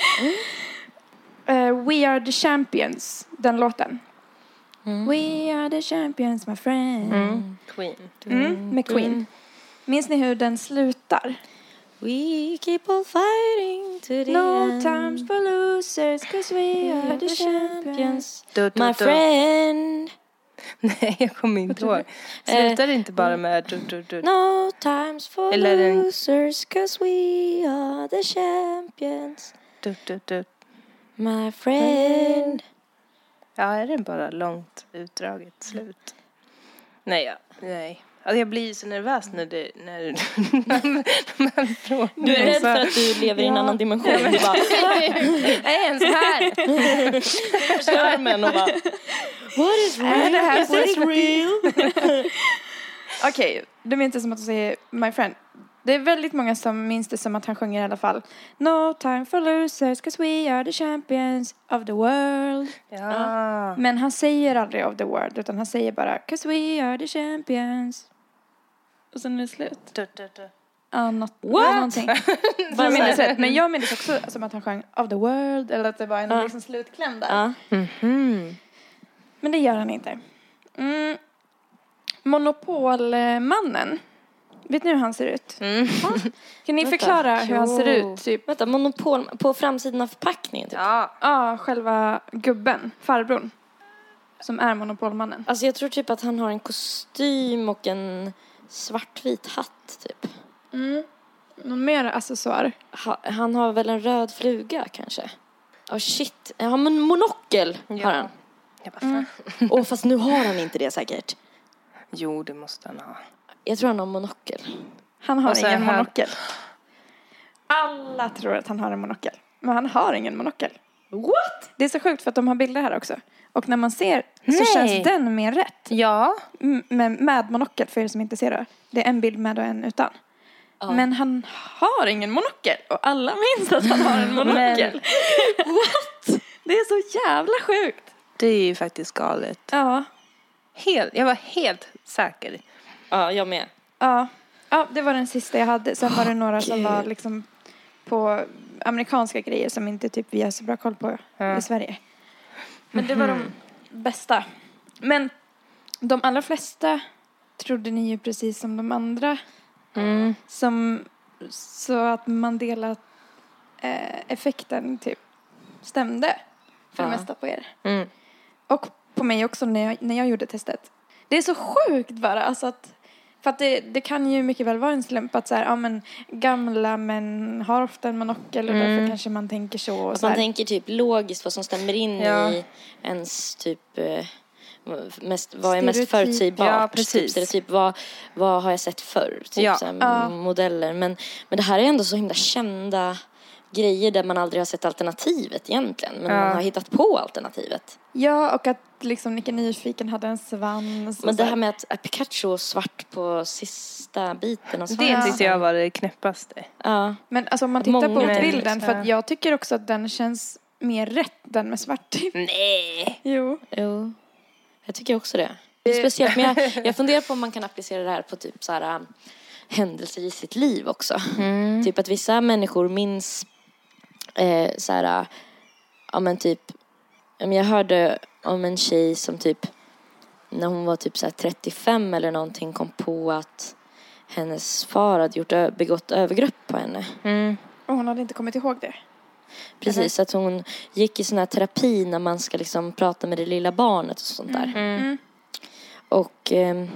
uh, We are the champions, den låten. Mm. We are the champions, my friend. Mm. Queen. Mm, med Queen. Minns ni hur den slutar? We keep on fighting to the No end. times for losers, cause we are the champions. Du, du, My du. friend. Nej, jag kommer inte ihåg. Slutar det inte bara med du, du, du. No times for Eller en- losers, cause we are the champions. Du, du, du. My friend. Ja, är det bara långt utdraget slut? Nej, ja. Nej. Alltså, jag blir så nervös när det... När, när man frågar. Du är rädd för att du lever i en Ja. annan dimension. Du bara, är en så här. skärmen och bara, what is real? Är det här Is på this riktigt? real? Okej, det minns inte som att du säger my friend. Det är väldigt många som minns det som att han sjunger i alla fall. No time for losers, cause we are the champions of the world. Ja. Men han säger aldrig of the world, utan han säger bara cause we are the champions. Och sen är det slut. Du, du, du. Ja, något, What? någonting. Så jag minns rätt. Men jag minns också som att han sjöng of the world, eller att det var en Ja. liksom slutkläm där. Ja. Mhm. Men det gör han inte. Mm. Monopolmannen. Vet ni hur han ser ut? Mm. Kan ni Vänta. förklara hur han ser Jo. ut? Typ? Vänta, Monopol på framsidan av förpackningen typ. Ja. Ja, själva gubben, farbrorn. Som är monopolmannen. Alltså jag tror typ att han har en kostym och en svartvit hatt typ. Mm. Någon mer accessoar? Ha, han har väl en röd fluga kanske. Åh oh, shit, ja men monokel Ja. har han. Jag bara, fan. Åh fast nu har han inte det säkert. Jo, det måste han ha. Jag tror han har monokel. Han har Och så ingen här- monokel. Alla tror att han har en monokel. Men han har ingen monokel. What? Det är så sjukt för att de har bilder här också. Och när man ser så Nej. känns den mer rätt. Ja. M- med, med monokel för er som inte ser det. Det är en bild med och en utan. Ja. Men han har ingen monokel. Och alla minns att han har en monokel. What? Det är så jävla sjukt. Det är ju faktiskt galet. Ja. Helt, jag var helt säker. Ja, jag med. Ja. Ja, det var den sista jag hade. Sen var det några som Gud. var liksom på amerikanska grejer som inte typ vi har så bra koll på Ja. i Sverige. Men det var de bästa. Men de allra flesta trodde ni ju precis som de andra. Mm. Som, så att Mandela eh, effekten typ stämde för det Ja. mesta på er. Mm. Och på mig också när jag, när jag gjorde testet. Det är så sjukt bara. Alltså att, för att det, det kan ju mycket väl vara en slump att så här, ja, men gamla män har ofta en monokel och Mm. därför kanske man tänker så. Och Att så man här. tänker typ logiskt vad som stämmer in Ja. i ens typ eh, mest, vad är mest Stereotyp. förutsägbart. Ja, precis. Typ, stereotyp, vad, vad har jag sett förr? Typ Ja. så här, Ja. modeller. Men, men det här är ändå så himla kända grejer där man aldrig har sett alternativet egentligen. Men Ja. man har hittat på alternativet. Ja, och att liksom Nicke Nyfiken hade en svans. och Men så det här. här med att Pikachu är svart på sista biten av Det svansen. tyckte jag var det knäppaste. Ja. Men alltså om man tittar Många på bilden, människor. för att jag tycker också att den känns mer rätt, den med svart. Nej. Jo. Jo, jag tycker också det. Det är speciellt, men jag, jag funderar på om man kan applicera det här på typ så här um, händelser i sitt liv också. Mm. Typ att vissa människor minns eh, så här, uh, ja men typ, ja, men jag hörde om en tjej som typ när hon var typ så här trettiofem eller någonting kom på att hennes far hade gjort, ö- begått övergrepp på henne. Mm. Och hon hade inte kommit ihåg det. Precis, att hon gick i sån här terapi när man ska liksom prata med det lilla barnet och sånt där. Mm. Och eh,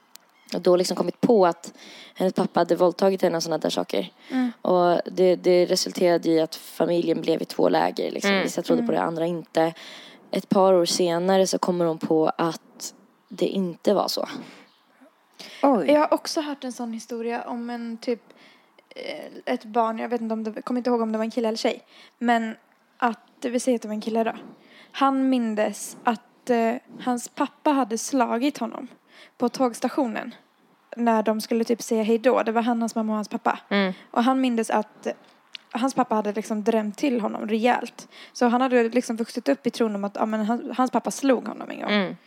då liksom kommit på att hennes pappa hade våldtagit henne och sådana där saker. Mm. Och det, det resulterade i att familjen blev i två läger. Liksom. Mm. Vissa trodde på det, andra inte. Ett par år senare så kommer hon på att det inte var så. Oj. Jag har också hört en sån historia om en typ eh, ett barn, jag vet inte om det, kommer inte ihåg om det var en kille eller tjej, men att, det vill säga att det var en kille då. Han mindes att eh, hans pappa hade slagit honom på tågstationen när de skulle typ säga hej då. Det var han, hans mamma och hans pappa. Mm. Och han mindes att eh, hans pappa hade liksom drämt till honom rejält. Så han hade liksom vuxit upp i tron om att ja, men hans, hans pappa slog honom en gång. Mm.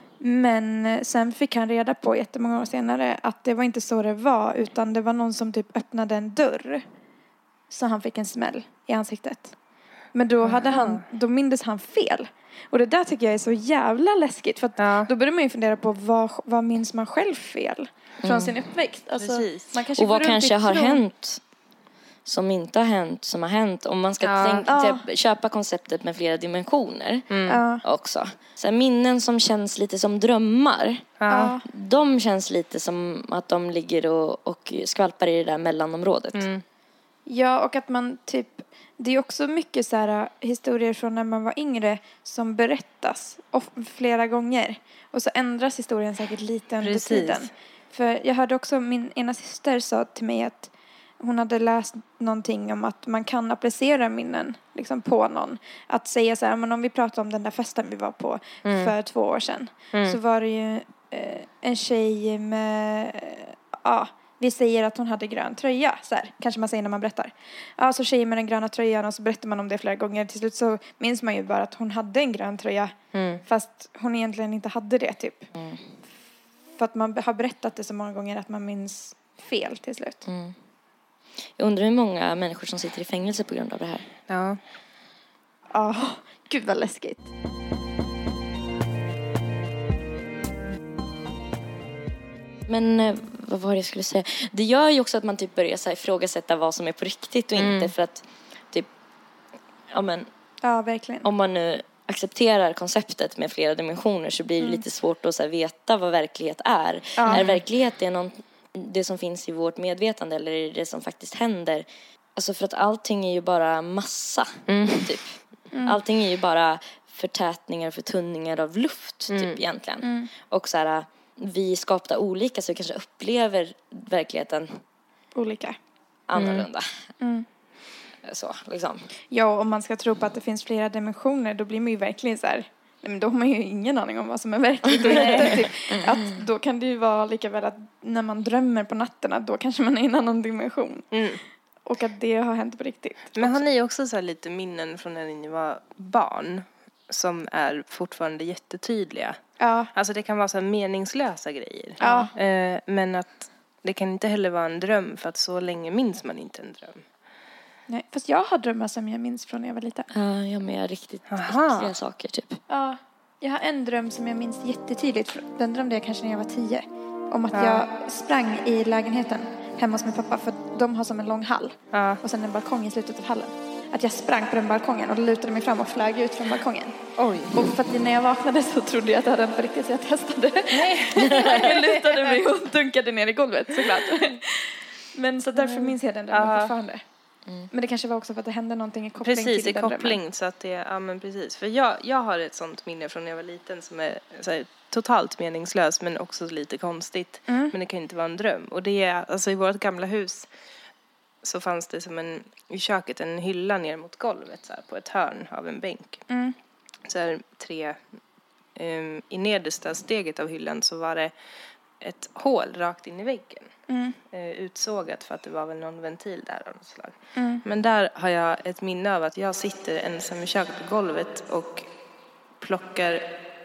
Men sen fick han reda på jättemånga år senare att det var inte så det var, utan det var någon som typ öppnade en dörr så han fick en smäll i ansiktet. Men då hade han, då mindes han fel. Och det där tycker jag är så jävla läskigt, för att Ja. då börjar man ju fundera på vad, vad minns man själv fel från sin uppväxt. Alltså, Precis. man kanske Och vad går runt i kanske har tron- hänt som inte har hänt, som har hänt. Om man ska Ja. tänka, Ja. typ, köpa konceptet med flera dimensioner Ja, också. Så här, minnen som känns lite som drömmar. Ja. ja. De känns lite som att de ligger och, och skvalpar i det där mellanområdet. Mm. Ja, och att man typ, det är också mycket så här historier från när man var yngre som berättas of- flera gånger. Och så ändras historien säkert lite under Precis. tiden. För jag hörde också, min ena syster sa till mig att hon hade läst någonting om att man kan applicera minnen liksom på någon. Att säga så här, men om vi pratar om den där festen vi var på Mm. för två år sedan. Mm. Så var det ju eh, en tjej med, eh, ja, vi säger att hon hade grön tröja. Så här, kanske man säger när man berättar. Ja, så tjejen med den gröna tröjan, och så berättar man om det flera gånger. Till slut så minns man ju bara att hon hade en grön tröja. Mm. Fast hon egentligen inte hade det typ. Mm. För att man har berättat det så många gånger att man minns fel till slut. Mm. Jag undrar hur många människor som sitter i fängelse på grund av det här. Ja. Ja, gud vad läskigt. Men eh, vad var det jag skulle säga? Det gör ju också att man typ börjar så här, ifrågasätta vad som är på riktigt och mm. inte. För att typ, ja men. Ja, verkligen. Om man nu accepterar konceptet med flera dimensioner så blir det mm. lite svårt att så här, veta vad verklighet är. Ja. Är verklighet det, någon, det som finns i vårt medvetande eller är det det som faktiskt händer? Alltså för att allting är ju bara massa, mm. typ. Mm. Allting är ju bara förtätningar, förtunningar av luft, mm. typ egentligen. Mm. Och så här, vi skapar olika så vi kanske upplever verkligheten olika. Annorlunda. Mm. Mm. Så, liksom. Ja, om man ska tro på att det finns flera dimensioner då blir man ju verkligen så här, nej, men då har man ju ingen aning om vad som är verkligt och inte. Typ. Att då kan det ju vara lika väl att när man drömmer på natten då kanske man är i en annan dimension. Mm. Och att det har hänt på riktigt. Men har ni också så här lite minnen från när ni var barn som är fortfarande jättetydliga? Ja. Alltså det kan vara så här meningslösa grejer. Ja. Eh, men att det kan inte heller vara en dröm för att så länge minns man inte en dröm. Nej, fast jag har drömmar som jag minns från när jag var liten. Ja, jag med riktigt äckliga saker typ. Ja, jag har en dröm som jag minns jättetydligt. Den drömde jag kanske när jag var tio. Om att ja. jag sprang i lägenheten hemma hos min pappa. För de har som en lång hall. Ja. Och sen en balkong i slutet av hallen. Att jag sprang på den balkongen och lutade mig fram och flög ut från balkongen. Oj. Och för att när jag vaknade så trodde jag att det hade hänt på riktigt så jag testade. Nej. Jag lutade mig och dunkade ner i golvet såklart. Men så därför minns jag den drömmen ja. fortfarande. Mm. Men det kanske var också för att det hände någonting i koppling precis, till i koppling så att det, ja men precis. För jag, jag har ett sånt minne från när jag var liten som är så här, totalt meningslöst men också lite konstigt. Mm. Men det kan inte vara en dröm. Och det är, alltså i vårt gamla hus så fanns det som en, i köket en hylla ner mot golvet så här, på ett hörn av en bänk. Mm. Så här tre, um, i nedersta steget av hyllan så var det ett hål rakt in i väggen. Mm. Uh, utsågat för att det var väl någon ventil där av något slag. Mm. Men där har jag ett minne av att jag sitter ensam i köket på golvet och plockar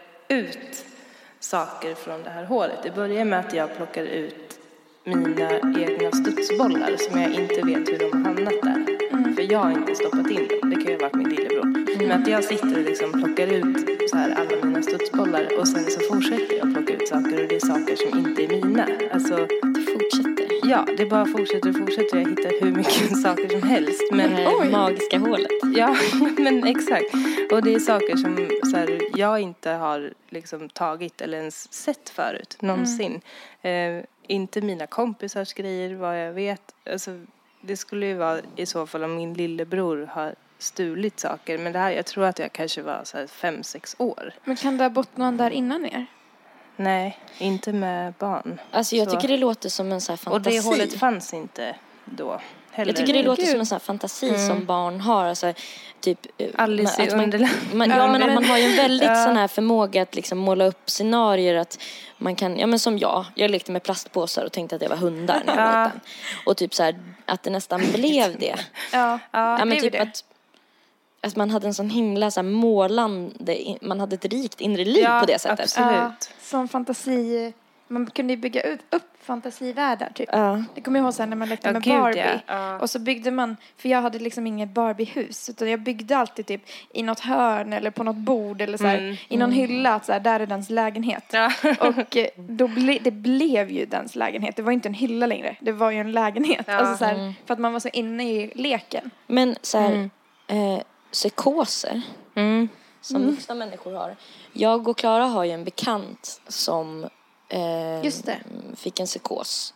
ut saker från det här hålet. Det börjar med att jag plockar ut mina egna studsbollar som jag inte vet hur de har hamnat där. Mm. För jag har inte stoppat in dem. Det kan ju ha varit min lillebror. Mm. Men att jag sitter och liksom plockar ut så här alla mina studsbollar och sen så fortsätter jag plocka ut saker och det är saker som inte är mina. Alltså, det fortsätter. Ja, det bara fortsätter och fortsätter. Jag hittar hur mycket saker som helst. Men, det här magiska hålet. Ja, men exakt. Och det är saker som så här, jag inte har liksom tagit eller ens sett förut. Någonsin. Mm. Eh, inte mina kompisars grejer, vad jag vet. Alltså, det skulle ju vara i så fall om min lillebror har stulit saker. Men det här, jag tror att jag kanske var så här fem, sex år. Men kan det ha bott någon där innan er? Nej, inte med barn. Alltså jag så. tycker det låter som en så här fantasi. Och det hålet fanns inte då heller. Jag tycker det låter Gud. som en sån här fantasi mm. som barn har. Alltså, typ, Alice i Underland. Man, ja, men, man har ju en väldigt ja. sån här förmåga att liksom måla upp scenarier att man kan, ja men som jag, jag lekte med plastpåsar och tänkte att det var hundar när jag var ja. liten. Och typ så här, att det nästan blev det. Ja, ja, ja men typ det. att att man hade en sån himla så här, målande, man hade ett rikt inre liv ja, på det sättet. Absolut. Ja, som fantasi, man kunde ju bygga ut, upp fantasivärldar typ. Ja. Det kommer jag ihåg sen när man lekte ja, med Gud, Barbie. Ja. Ja. Och så byggde man, för jag hade liksom inget Barbiehus utan jag byggde alltid typ i något hörn eller på något bord eller så här, mm. i någon hylla att så här, där är dens lägenhet. Ja. Och då ble, det blev ju dens lägenhet. Det var inte en hylla längre. Det var ju en lägenhet. Ja. Alltså så här, mm. för att man var så inne i leken. Men så här, mm. eh, psykoser mm. som mm. vuxna människor har. Jag och Klara har ju en bekant som eh, Just det. fick en psykos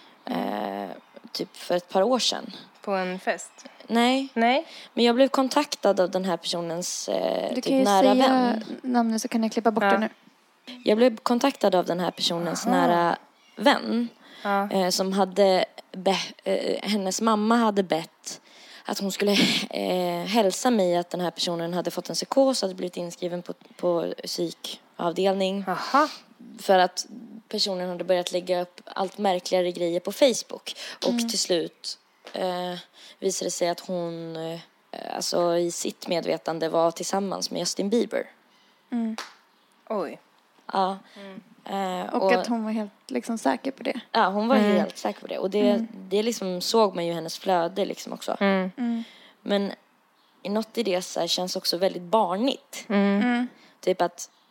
eh, typ för ett par år sedan. På en fest? Nej. Nej. Men jag blev kontaktad av den här personens eh, du typ kan ju nära säga vän. namnet så kan jag klippa bort ja. det nu. Jag blev kontaktad av den här personens Aha. nära vän ja. eh, som hade be, eh, hennes mamma hade bett att hon skulle eh, hälsa mig att den här personen hade fått en psykos och hade blivit inskriven på, på psykavdelning. Aha. För att personen hade börjat lägga upp allt märkligare grejer på Facebook. Och mm. till slut eh, visade det sig att hon eh, alltså i sitt medvetande var tillsammans med Justin Bieber. Mm. Oj. Ja. Mm. Eh, och, och att hon var helt liksom säker på det. Ja, hon var mm. helt säker på det. Och det, mm. det liksom såg man ju hennes flöde liksom också. Mm. Mm. Men i något i det så här känns också väldigt barnigt. Mm. Typ att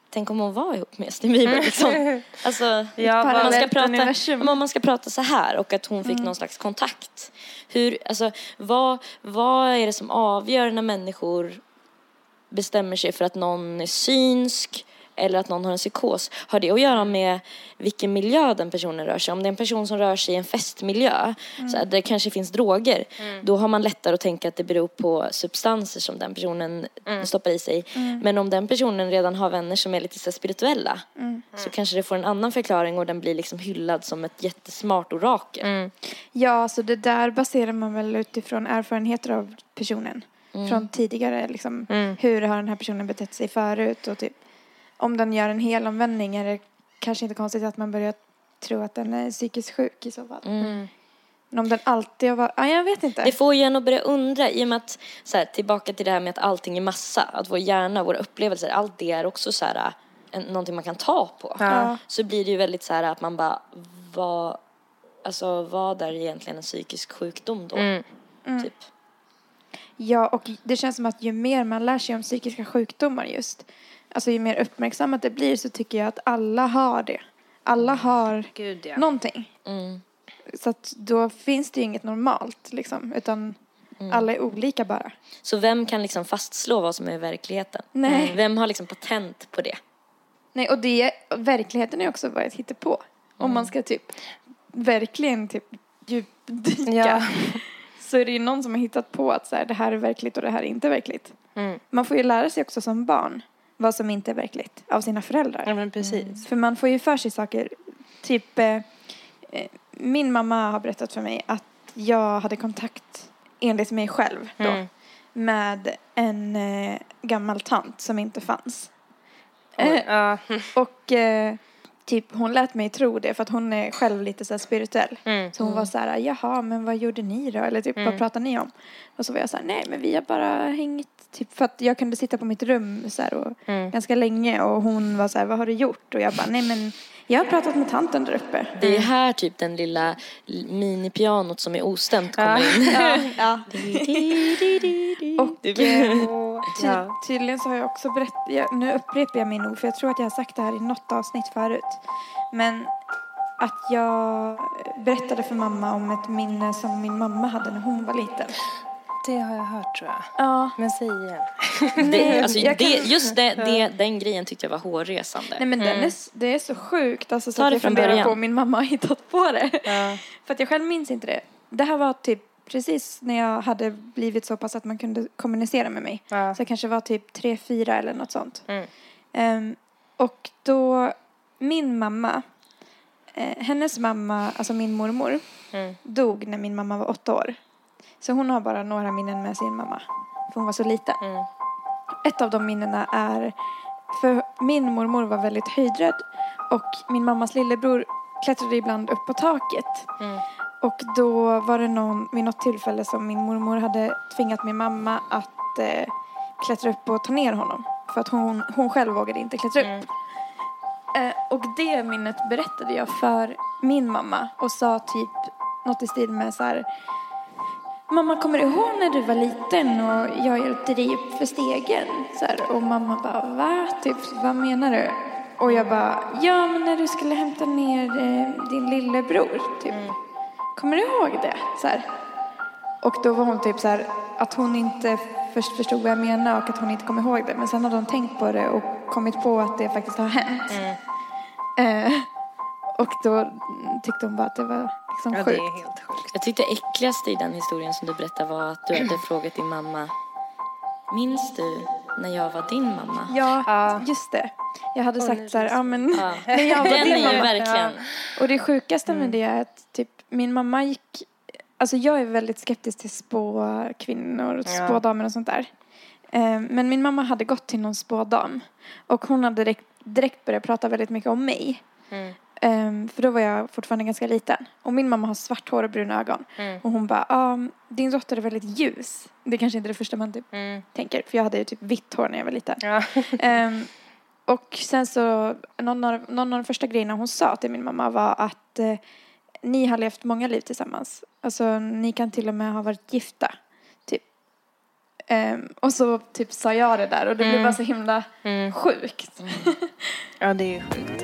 tänk om hon var ihop med Justin Bieber liksom. Alltså, Ja, om, man ska prata, universum. om man ska prata så här och att hon fick mm. någon slags kontakt. Hur, alltså, vad, vad är det som avgör när människor bestämmer sig för att någon är synsk eller att någon har en psykos? Har det att göra med vilken miljö den personen rör sig? Om det är en person som rör sig i en festmiljö mm. så där det kanske finns droger, mm. då har man lättare att tänka att det beror på substanser som den personen mm. stoppar i sig. Mm. Men om den personen redan har vänner som är lite så spirituella mm. så kanske det får en annan förklaring och den blir liksom hyllad som ett jättesmart orakel. Mm. Ja, så det där baserar man väl utifrån erfarenheter av personen. Mm. Från tidigare liksom, mm. hur har den här personen betett sig förut och typ om den gör en hel omvändning är det kanske inte konstigt att man börjar tro att den är psykiskt sjuk i så fall. Mm. Men om den alltid har varit... Ja, jag vet inte. Det får ju en att börja undra i och med att så här, tillbaka till det här med att allting är massa. Att vår hjärna, våra upplevelser, allt det är också så här, en, någonting man kan ta på. Ja. Så blir det ju väldigt så här att man bara... Vad, alltså, vad är egentligen en psykisk sjukdom då? Mm. Mm. Typ. Ja, och det känns som att ju mer man lär sig om psykiska sjukdomar just... Alltså ju mer uppmärksammat det blir så tycker jag att alla har det. Alla har Gud, ja. någonting. Mm. Så att då finns det ju inget normalt liksom. Utan mm. alla är olika bara. Så vem kan liksom fastslå vad som är verkligheten? Nej. Mm. Vem har liksom patent på det? Nej, och det, verkligheten är också vad jag hittar på. Mm. Om man ska typ verkligen typ djupdyka. Ja. Så är det ju någon som har hittat på att så här, det här är verkligt och det här är inte verkligt. Mm. Man får ju lära sig också som barn vad som inte är verkligt av sina föräldrar. Ja, men precis. Mm. För man får ju för sig saker. Typ, eh, min mamma har berättat för mig att jag hade kontakt enligt mig själv då. Mm. Med en eh, gammal tant som inte fanns. Eh, uh. Och eh, typ hon lät mig tro det för att hon är själv lite så här spirituell. Mm. Så hon mm. var så här, jaha, men vad gjorde ni då? Eller typ, mm. vad pratar ni om? Och så var jag så här, nej, men vi har bara hängt. Typ för att jag kunde sitta på mitt rum så här och mm. ganska länge. Och hon var så här, vad har du gjort? Och jag bara, nej men jag har pratat med tanten där uppe. Det är här typ den lilla minipianot som är ostämt kommer in. Ja, ja. Och eh, ty- tydligen så har jag också berättat, jag, nu upprepar jag min ord för jag tror att jag har sagt det här i något avsnitt förut. Men att jag berättade för mamma om ett minne som min mamma hade när hon var liten. Det har jag hört, tror jag. Ja. Men säg igen. Det, alltså, det, just det, det, den grejen tyckte jag var hårresande. Nej, men mm. den är, det är så sjukt. Alltså, så Ta att det jag från funderar början. på om min mamma har hittat på det. Ja. För att jag själv minns inte det. Det här var typ precis när jag hade blivit så pass att man kunde kommunicera med mig. Ja. Så det kanske var typ tre, fyra eller något sånt. Mm. Um, och då, min mamma, eh, hennes mamma, alltså min mormor, mm. dog när min mamma var åtta år. Så hon har bara några minnen med sin mamma. För hon var så liten. Mm. Ett av de minnena är... För min mormor var väldigt höjdrädd. Och min mammas lillebror klättrade ibland upp på taket. Mm. Och då var det någon, vid något tillfälle som min mormor hade tvingat min mamma att eh, klättra upp och ta ner honom. För att hon, hon själv vågade inte klättra upp. Mm. Eh, och det minnet berättade jag för min mamma. Och sa typ något i stil med så här... Mamma, kommer du ihåg när du var liten och jag hjälpte dig upp för stegen? Så här, och mamma bara, va? Typ, vad menar du? Och jag bara, ja men när du skulle hämta ner eh, din lillebror, typ. Mm. Kommer du ihåg det? Så här. Och då var hon typ så här, att hon inte först förstod vad jag menade och att hon inte kom ihåg det. Men sen hade hon tänkt på det och kommit på att det faktiskt har hänt. Mm. Eh, och då tyckte hon bara att det var liksom ja, sjukt. Det är helt sjukt. Jag tyckte äckligaste i den historien som du berättade var att du hade frågat din mamma, minns du när jag var din mamma? Ja, ja. Just det. Jag hade oh, sagt så här, ja men ja. när jag var den din är mamma. Ju verkligen. Ja. Och det sjukaste mm. med det är att typ min mamma gick, alltså jag är väldigt skeptisk till spåkvinnor och ja. spådamer och sånt där. Men min mamma hade gått till någon spådam och hon hade direkt, direkt börjat prata väldigt mycket om mig. Mm. Um, för då var jag fortfarande ganska liten. Och min mamma har svart hår och bruna ögon. Mm. Och hon bara, um, din dotter är väldigt ljus. Det är kanske inte det första man typ mm. tänker. För jag hade ju typ vitt hår när jag var liten. Ja. um, och sen så någon av, någon av de första grejerna hon sa till min mamma var att uh, ni har levt många liv tillsammans. Alltså ni kan till och med ha varit gifta. Typ. Um, och så typ sa jag det där och det Mm. blev bara så himla Mm. sjukt. Mm. Ja, det är ju sjukt.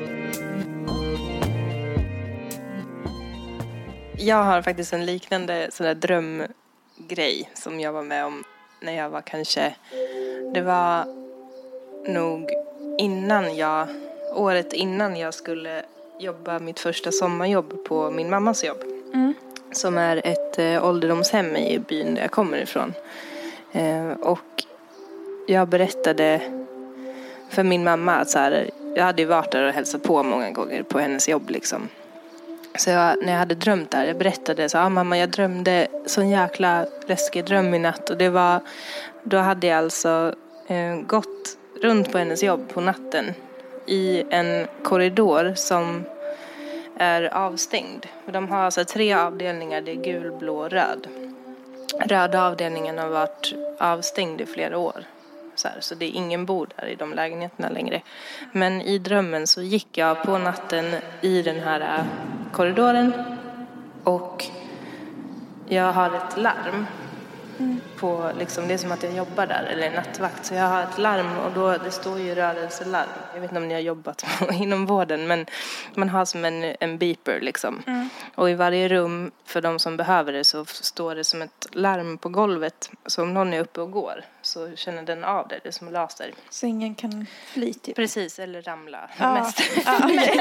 Jag har faktiskt en liknande sån där drömgrej som jag var med om när jag var kanske... Det var nog innan jag... Året innan jag skulle jobba mitt första sommarjobb på min mammas jobb. Mm. Som är ett eh, ålderdomshem i byn där jag kommer ifrån. Eh, och jag berättade för min mamma att så här, jag hade ju varit där och hälsat på många gånger på hennes jobb liksom. Så jag, när jag hade drömt där, jag berättade så ah, mamma, jag drömde sån jäkla läskig dröm i natt. Och det var, då hade jag alltså eh, gått runt på hennes jobb på natten i en korridor som är avstängd. De har alltså tre avdelningar, det är gul, blå och röd. Röda avdelningen har varit avstängd i flera år. Så, här, så det är ingen bor där i de lägenheterna längre. Men i drömmen så gick jag på natten i den här korridoren. Och jag har ett larm. Mm. På, liksom, det är som att jag jobbar där, eller en nattvakt. Så jag har ett larm och då, det står ju rörelselarm. Jag vet inte om ni har jobbat inom vården, men man har som en, en beeper liksom. Mm. Och i varje rum, för de som behöver det, så står det som ett larm på golvet. Så om någon är uppe och går så känner den av det, det är som laser. Så ingen kan fly typ? Precis, eller ramla. Ja. Mest. Ja.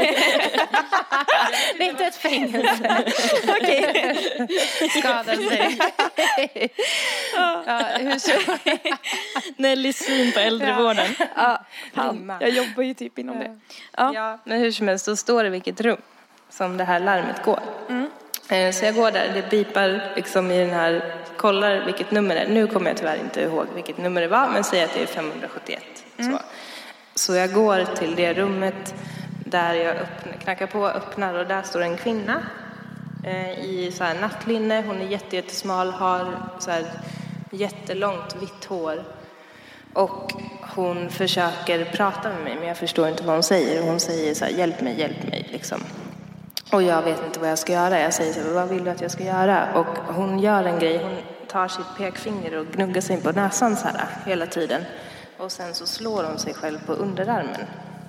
Det är inte ett fängelse. Okej. Skadar sig. Ja, hur så? Nellys syn på äldrevården. Ja, fan. Jag jobbar ju typ inom ja. det. Ja. Ja, men hur som helst så står det vilket rum som det här larmet går. Mm. Så jag går där, det bipar liksom i den här, kollar vilket nummer det är. Nu kommer jag tyvärr inte ihåg vilket nummer det var, men säger att det är femhundrasjuttioett. Mm. Så. så jag går till det rummet där jag öppnar, knackar på och öppnar, och där står en kvinna eh, i så här nattlinne. Hon är jätte, jättesmal, har så här jättelångt vitt hår. Och hon försöker prata med mig, men jag förstår inte vad hon säger. Hon säger så här, hjälp mig, hjälp mig liksom. Och jag vet inte vad jag ska göra. Jag säger så här, vad vill du att jag ska göra? Och hon gör en grej, hon tar sitt pekfinger och gnuggar sig på näsan så här hela tiden. Och sen så slår hon sig själv på underarmen.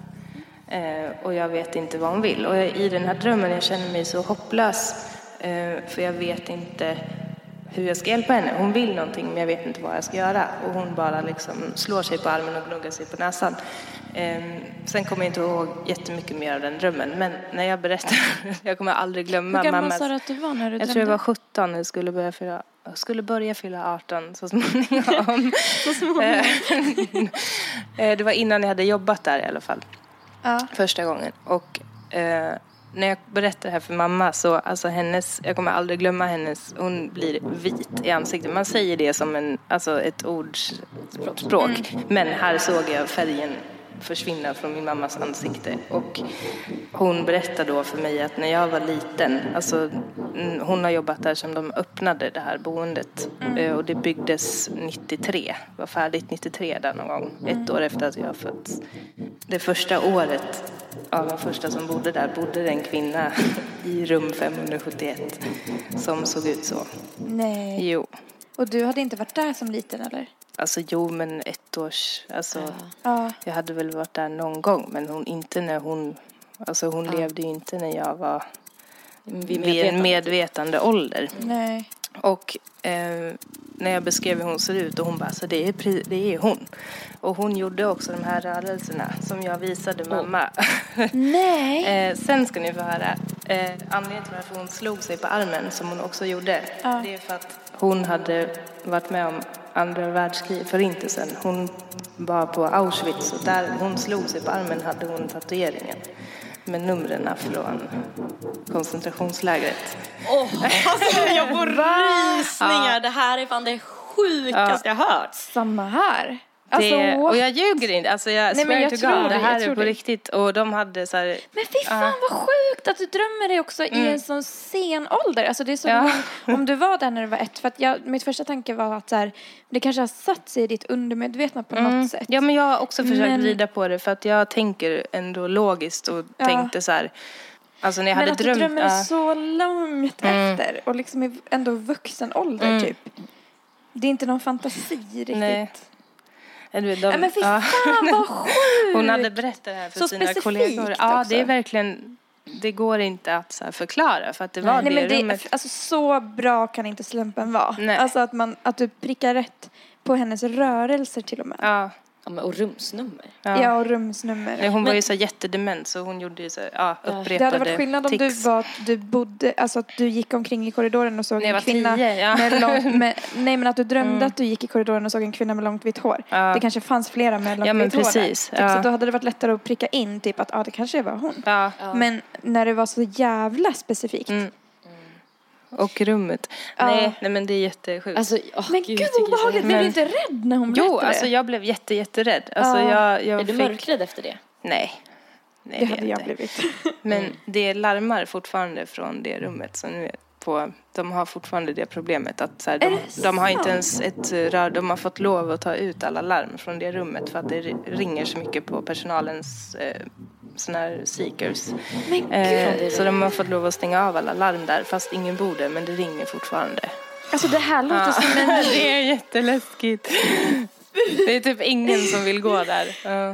Eh, och jag vet inte vad hon vill. Och jag, i den här drömmen, jag känner mig så hopplös. Eh, för jag vet inte hur jag ska hjälpa henne. Hon vill någonting, men jag vet inte vad jag ska göra. Och hon bara liksom slår sig på armen och gnuggar sig på näsan. Um, sen kommer jag inte ihåg jättemycket mer av den drömmen. Men när jag berättar, jag kommer aldrig glömma mammas... Hur gammal sa du att du var när du drömde? Jag tror jag var sjutton och skulle börja fylla, skulle börja fylla arton så småningom. så småningom. Det var innan jag hade jobbat där i alla fall. Ja. Första gången. Och uh, när jag berättar det här för mamma så, alltså hennes, jag kommer aldrig glömma hennes, hon blir vit i ansiktet. Man säger det som en, alltså ett ordspråk. Mm. Men här såg jag färgen försvinna från min mammas ansikte. Och hon berättade då för mig att när jag var liten, alltså hon har jobbat där som de öppnade det här boendet. Mm. Och det byggdes nittiotre, var färdigt nittiotre där någon gång. Mm. Ett år efter att jag fötts. Det första året av de första som bodde där bodde en kvinna i rum femhundrasjuttioett som såg ut så. Nej. Jo. Och du hade inte varit där som liten eller? Alltså jo, men ett års, alltså ja. Jag hade väl varit där någon gång, men hon inte när hon, alltså hon ja. levde ju inte när jag var vid en medvetande ålder. Nej. Och eh, när jag beskrev hur hon ser ut, och hon bara, så det är, det är hon. Och hon gjorde också de här rörelserna som jag visade mamma. Oh. Nej. eh, sen ska ni få höra. Eh, anledningen till varför hon slog sig på armen, som hon också gjorde, ja. det är för att hon hade varit med om andra världskrig, förintelsen. Hon var på Auschwitz, och där hon slog sig på armen hade hon tatueringen med numren från koncentrationslägret. Åh, oh, alltså jag får rysningar. Ja. Det här är fan det sjukaste ja. jag hört. Samma här. Det, alltså, och jag ljuger inte. Alltså jag nej, men jag to tror God, det, det här är på det. riktigt. Och de hade så här... Men fy fan uh. vad sjukt att du drömmer dig också mm. i en sån sen ålder. Alltså det är så ja. man, om du var där när du var ett. För att jag, mitt första tanke var att så här, det kanske har satt sig i ditt undermedvetna på mm. något sätt. Ja, men jag har också försökt men... rida på det. För att jag tänker ändå logiskt och ja. tänkte så här... Alltså när jag men hade att drömt, du drömmer uh. så långt mm. efter. Och liksom i ändå vuxen ålder mm. typ. Det är inte någon fantasi riktigt. Nej. Du vet, de, Nej, men fy fan ja. vad sjukt. Hon hade berättat det här för så sina kollegor. Ja, också. det är verkligen... Det går inte att så här förklara för att det var Nej, det men det, rummet. alltså, så bra kan inte slumpen vara. Nej. Alltså att, man, att du prickar rätt på hennes rörelser till och med. Ja. Ja, men och rumsnummer. Ja. Ja, och rumsnummer. Nej, hon Men- var ju så jättedement så hon gjorde ju så ja, upprepade Det hade varit skillnad om du tics. var att du bodde, alltså att du gick omkring i korridoren och såg När jag en var kvinna tio, ja. med långt, med, nej men att du drömde att du gick i korridoren och såg en kvinna med långt vitt hår. Ja. Det kanske fanns flera med långt Ja, men vitt hår där. precis, Typ, ja. så då hade det varit lättare att pricka in typ att ah, det kanske var hon. Ja. Ja. Men när det var så jävla specifikt. Mm. Och rummet. Ja. Nej, nej, men det är jättesjukt. Alltså, åh, Men gud, gud jag tycker vad det är så obehagligt, blev du Men- inte rädd när hon berättade jo, alltså det? jag blev jätte, jätterädd. Alltså Ja. jag, jag Är du fick... mörkrädd efter det? Nej. Nej, Det är hade jag inte. blivit. Men det larmar fortfarande från det rummet. Så nu är på, de har fortfarande det problemet. Att så här, Är de, det de har sant? inte ens ett rör. De har fått lov att ta ut alla larm från det rummet. För att det ringer så mycket på personalens eh, såna här seekers. Men gud. Eh, så de har fått lov att stänga av alla larm där. Fast ingen bor där, men det ringer fortfarande. Alltså det här låter Ja. som en... Det är jätteläskigt. Det är typ ingen som vill gå där. Ja.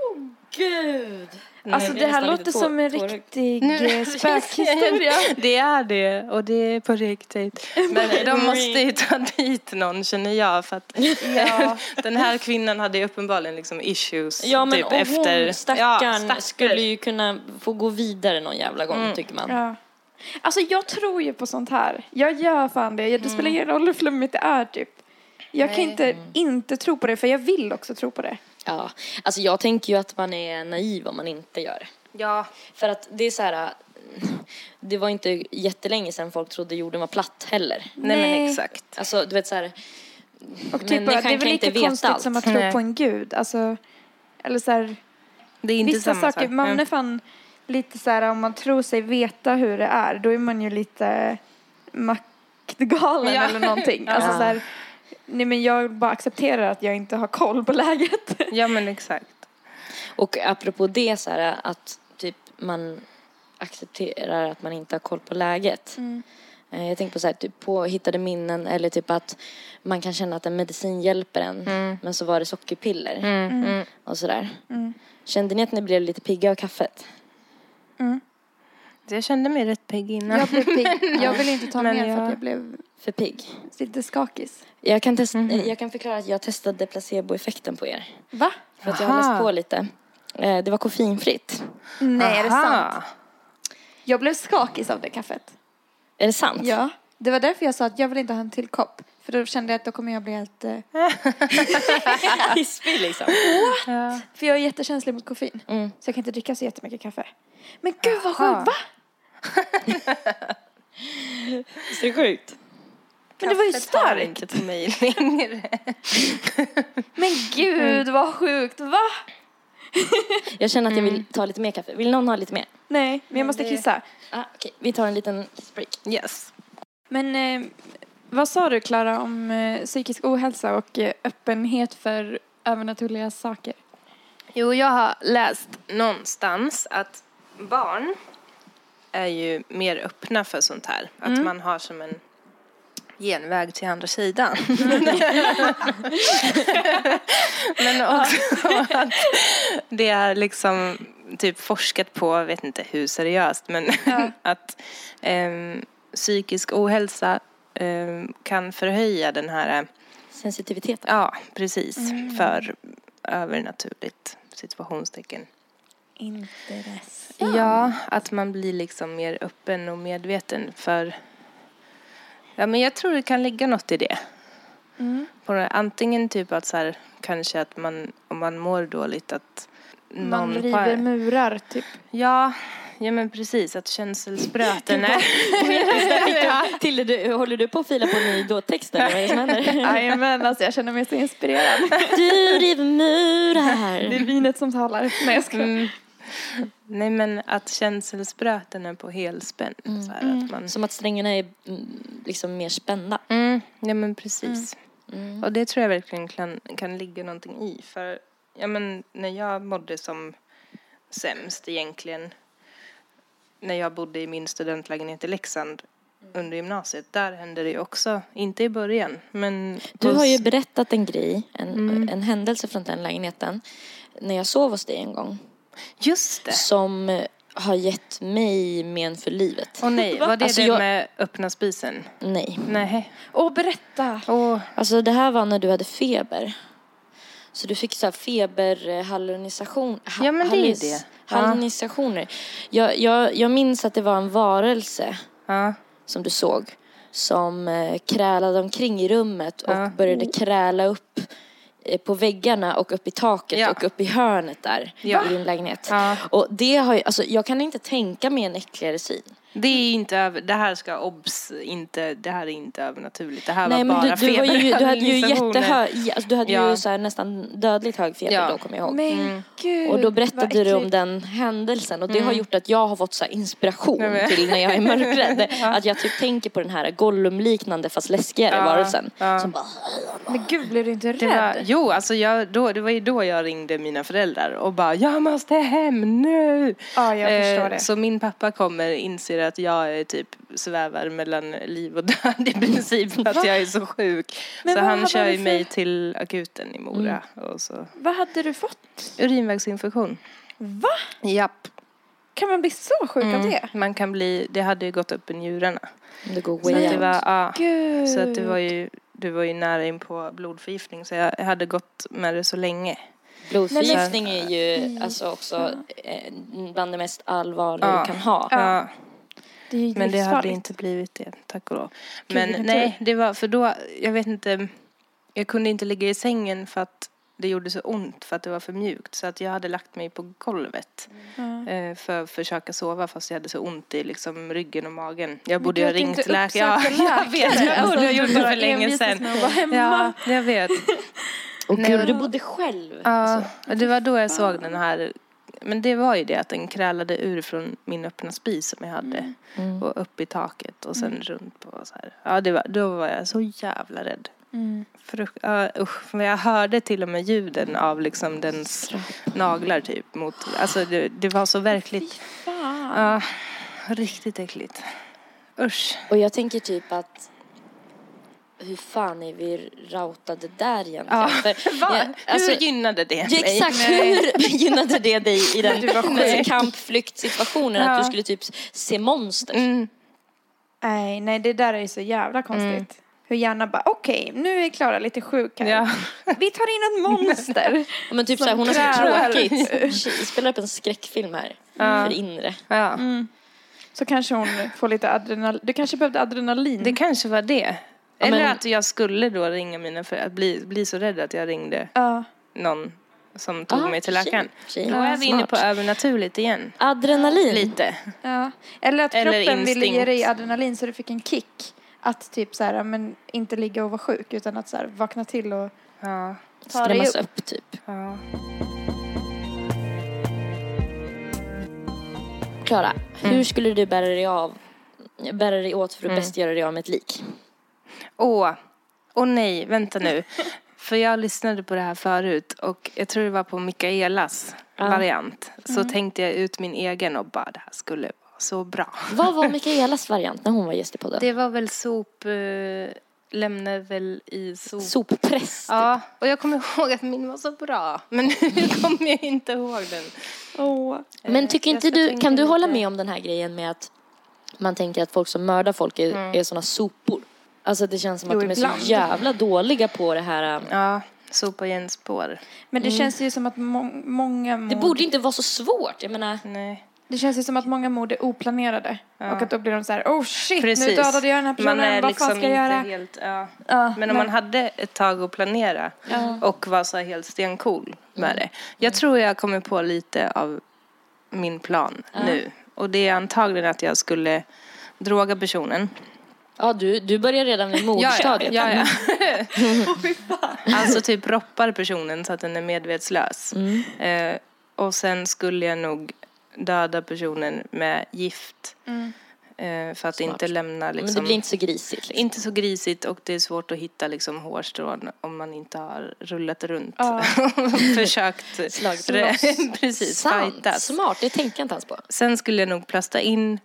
Gud! Alltså Jag det är här nästan låter lite som en tår- riktig Nu- eh, spökhistoria. Det är det, och det är på riktigt. Men de måste ju ta dit någon, känner jag. För att Ja. den här kvinnan hade ju uppenbarligen liksom issues. Ja, men typ och efter... hon, stackarn, Ja, stackare. skulle ju kunna få gå vidare någon jävla gång, Mm. tycker man. Ja. Alltså jag tror ju på sånt här. Jag gör fan det. Det spelar ingen roll hur flummigt det är typ. Jag kan Nej. inte inte tro på det, för jag vill också tro på det. Ja, alltså jag tänker ju att man är naiv om man inte gör det. Ja, För att det är så här, det var inte jättelänge sedan folk trodde jorden var platt heller. nej, Nej. men exakt. Alltså, du vet så här, Och typ, Människan det är kan väl inte lite veta konstigt allt. som att tro Nej. på en gud. Alltså, eller så här, Det är inte vissa samma saker, sak. man Ja. är fan lite så här, om man tror sig veta hur det är, då är man ju lite maktgalen Ja. eller någonting. Alltså Ja. så här, nej men jag bara accepterar att jag inte har koll på läget. Ja, men exakt. och apropå det så här, att typ man accepterar att man inte har koll på läget. Mm. Eh, Jag tänker på så här, typ påhittade minnen, eller typ att man kan känna att en medicin hjälper en, Mm. men så var det sockerpiller Mm, mm. och sådär. Mm. Kände ni att ni blev lite pigga av kaffet? Mm. Jag kände mig rätt pigg innan. Jag blev pigg. Jag vill inte ta Men mer för jag- att jag blev För pigg? lite skakis. Jag kan, testa, Mhm. jag kan förklara att jag testade placeboeffekten på er. Va? För att jag har Aha. läst på lite. Eh, Det var koffeinfritt. Nej, är det Aha. sant? Jag blev skakis av det kaffet. Är det sant? Ja, det var därför jag sa att jag vill inte ha en till kopp. För då kände jag att då kommer jag bli helt... Eh, Hispig liksom. Ja. för jag är jättekänslig mot koffein. Mm. Så jag kan inte dricka så jättemycket kaffe. Men gud vad Aha. sjukt, va? Visst är det sjukt? Men det var ju Kaffet tar starkt. inte på mig längre. Men gud vad sjukt, va? Jag känner att jag vill ta lite mer kaffe. Vill någon ha lite mer? Nej, men jag måste det- kissa. Ah, okej. Vi tar en liten break. Yes. Men eh, vad sa du, Clara, om eh, psykisk ohälsa och eh, öppenhet för övernaturliga saker? Jo, jag har läst någonstans att barn är ju mer öppna för sånt här. Att Mm. man har som en genväg till andra sidan. Men också att det är liksom typ forskat på, jag vet inte hur seriöst, men Ja. att ehm, psykisk ohälsa ehm, kan förhöja den här, Sensitiviteten. ja, precis, för övernaturligt situationstecken. Intressant. Ja, att man blir liksom mer öppen och medveten för... Ja, men jag tror det kan ligga något i det. Mm. På det. Antingen typ att så här, kanske att man, om man mår dåligt, att Man någon... river murar, typ. Ja, ja, men precis. Att känselspröten är... Ja. Tilde, du, håller du på att fila på en ny dåtext eller vad är det som händer? Jajamän, alltså jag känner mig så inspirerad. Du river Det murar. är vinet som talar. Nej, jag skojar. Mm. Nej, men att känselspröten är på helspänn. Så här, att man... Som att strängarna är mm, liksom mer spända. Mm, ja, men precis. Mm. Och det tror jag verkligen kan, kan ligga någonting i. För ja, men när jag mådde som sämst egentligen, när jag bodde i min studentlägenhet i Leksand, under gymnasiet. Där hände det ju också, inte i början. Men Du hos... har ju berättat en grej, en, Mm. en händelse från den lägenheten. När jag sov hos dig en gång. Just det. Som eh, har gett mig men för livet. Åh nej, var det Alltså, det jag- med öppna spisen? Nej. Nej. Åh, berätta. Åh, Alltså det här var när du hade feber. Så du fick så här feberhallucination. Ja, men det är ju det. Ja. Hallucinationer. Jag, jag, jag minns att det var en varelse ja. som du såg. Som eh, krälade omkring i rummet och Ja. började kräla upp eh, på väggarna och upp i taket Ja. och upp i hörnet där Ja. i din lägenhet. Ja. Och det har ju, alltså jag kan inte tänka mig en äckligare syn. Det är inte över, det här ska obs inte, det här är inte övernaturligt. Det här Nej, var men bara du, du, var ju, du hade ju feberhallucinationer. jättehög, alltså, du hade ju Ja. så här nästan dödligt hög feber Ja. då, kommer jag ihåg. Men gud. Och då vad berättade du om äckligt. den händelsen. Och det har gjort att jag har fått så här inspiration Jag vet. till när jag är mörkrädd. Att jag typ tänker på den här Gollum-liknande fast läskigare Ja, varelsen. ja. Som bara... Men gud, blev du inte Det var, rädd? jo, alltså jag, då, det var ju då jag ringde mina föräldrar och bara, jag måste hem nu. Ja, jag förstår Eh, det. Så min pappa kommer inser att jag är typ svävar mellan liv och död i princip för att jag är så sjuk. Men så vad han hade kör du ju för- mig till akuten i Mora. Och så. Vad hade du fått? Urinvägsinfektion. Va? Japp. Kan man bli så sjuk av det? Man kan bli, det hade ju gått upp i njurarna. Det går Så att way det out. var, ja. Gud. Så att det var ju, det var ju nära in på blodförgiftning. Så jag hade gått med det så länge. Blodförgiftning är ju alltså också eh, bland det mest allvarliga Ja. du kan ha. Ja. Det är ju Men det hade livsfarligt. inte blivit det, tack och lov. Gud, Men vilken nej, det var, för då, jag vet inte, jag kunde inte ligga i sängen för att det gjorde så ont, för att det var för mjukt. Så att jag hade lagt mig på golvet Ja. eh, för att försöka sova fast jag hade så ont i liksom ryggen och magen. Jag borde gud, ha att du ringt inte läkare. uppsökte Ja, jag vet, jag läkare. borde ha Alltså, gjort du det bara för länge envisas sedan. med att vara hemma. Ja, jag vet. Och Nej. gud, du bodde själv. Ja, Alltså. och det var då jag såg den här. Men det var ju det att den krälade ur från min öppna spis som jag hade. Mm. Och upp i taket och sen runt på så här. Ja, det var, då var jag så jävla rädd. Mm. Frukt, ja, usch, men jag hörde till och med ljuden av liksom dens naglar typ. Mot, alltså det, det var så verkligt. Fan. Ja, riktigt äckligt. Usch. Och jag tänker typ att hur fan är vi routade där egentligen? Ja, För, va? ja, alltså, Hur gynnade det ja, mig? exakt, hur gynnade det dig i den Du var sjuk. alltså, kampflyktsituationen? Ja. Att du skulle typ se monster? Mm. Nej, nej, det där är så jävla konstigt. Hur gärna bara, okej, nu är Klara lite sjuk här. Ja. Vi tar in ett monster. Ja, men typ Som såhär, hon har så kräver. tråkigt. Tjej, spelar upp en skräckfilm här. Ja. För det inre. Ja. Mm. Så kanske hon får lite adrenalin. Du kanske behövde adrenalin. Det kanske var det. Ja, Eller men- att jag skulle då ringa mina föräldrar. Att bli, bli så rädd att jag ringde Ja. någon som tog Ah, mig till tjej. läkaren. Tjej. Då är Ja, vi inne på smart. övernaturligt igen. Adrenalin. Lite. Ja. Eller att Eller kroppen ville ge instinkt. dig adrenalin så du fick en kick. Att typ så här, men inte ligga och vara sjuk utan att så här, vakna till och Ja. ta dig Skrämmas upp. upp typ. Ja. Klara, Mm. hur skulle du bära dig av bära dig åt för att bäst göra dig av med ett lik? Åh, åh nej, vänta nu. För jag lyssnade på det här förut och jag tror det var på Mikaelas Ja. variant. Så tänkte jag ut min egen och bara, det här skulle vara så bra. Vad var Mikaelas variant när hon var gäst i podden? Det var väl sop, eh, lämnar väl i sop. Soppress. Ja, och jag kommer ihåg att min var så bra. Men nu kommer jag inte ihåg den. Åh. Men tycker Jag inte ska du, tänka kan du hålla lite. med om den här grejen med att man tänker att folk som mördar folk är, Mm. är såna sopor? Alltså det känns som Jo, att de är ibland. så jävla dåliga på det här. um, Ja, sopa igen spår. Men det känns ju som att må- många mord... Det borde inte vara så svårt, jag menar. Nej. Det känns ju som att många mord är oplanerade. Ja. Och att då blir de så här, oh shit, Precis. nu dödade jag den här personen, Man är vad liksom fan ska jag inte göra? helt, ja. Ja, Men om man hade ett tag att planera och var så här helt stencool med det. Jag tror jag kommer på lite av min plan nu. Och det är antagligen att jag skulle droga personen. Ja, du, du börjar redan i mordstadiet. Ja, ja. Alltså typ roppar personen så att den är medvetslös. Mm. Eh, och sen skulle jag nog döda personen med gift. Mm. Eh, för att Smart. inte lämna liksom... Men det blir inte så grisigt. Liksom. Inte så grisigt och det är svårt att hitta liksom hårstrån om man inte har rullat runt Ja. och försökt Slagit re- precis Sant, fightas. smart, det tänker jag inte ens på. Sen skulle jag nog plasta in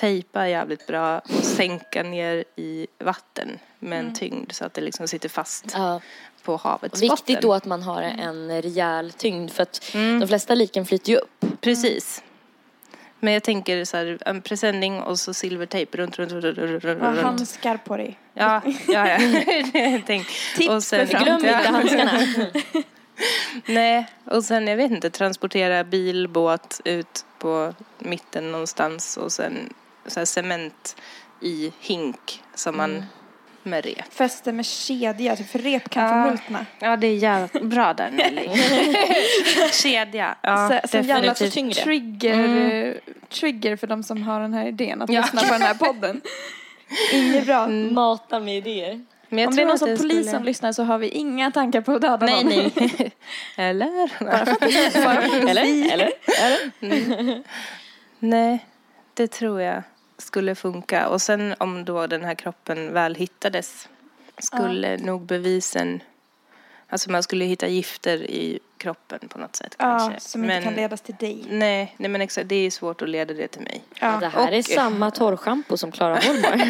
tejpa jävligt bra och sänka ner i vatten med en mm. tyngd så att det liksom sitter fast ja. på havets Viktigt botten. då att man har en rejäl tyngd för att mm. de flesta liken flyter ju upp. Precis. Men jag tänker så här, en presenning och så silvertejp runt, runt, runt, runt, runt. Och handskar på dig. Ja, ja, ja. Tänk. Tips och sen, för glöm inte handskarna. Nej, och sen jag vet inte, transportera bil, båt ut på mitten någonstans och sen så här cement i hink som man mm. med rep. Fäster med kedja, typ för rep kan få multna. Ja, det är jävligt bra där, Nelly. Kedja, ja. Så, sen jävla trigger, mm. trigger för de som har den här idén att ja. lyssna på den här podden. Inget bra. Mm. Mata med idéer. Men Om det är någon som polisen skulle... lyssnar så har vi inga tankar på att döda nej, någon. Nej, Eller? Bara för att, bara för eller? Eller? Eller? Mm. Nej, det tror jag skulle funka. Och sen om då den här kroppen väl hittades skulle ja. nog bevisen... Alltså man skulle hitta gifter i kroppen på något sätt kanske. Ja, som inte men, kan ledas till dig. Nej, nej men exakt, det är svårt att leda det till mig. Ja. Det här och, är samma torrschampo som Clara Holmar.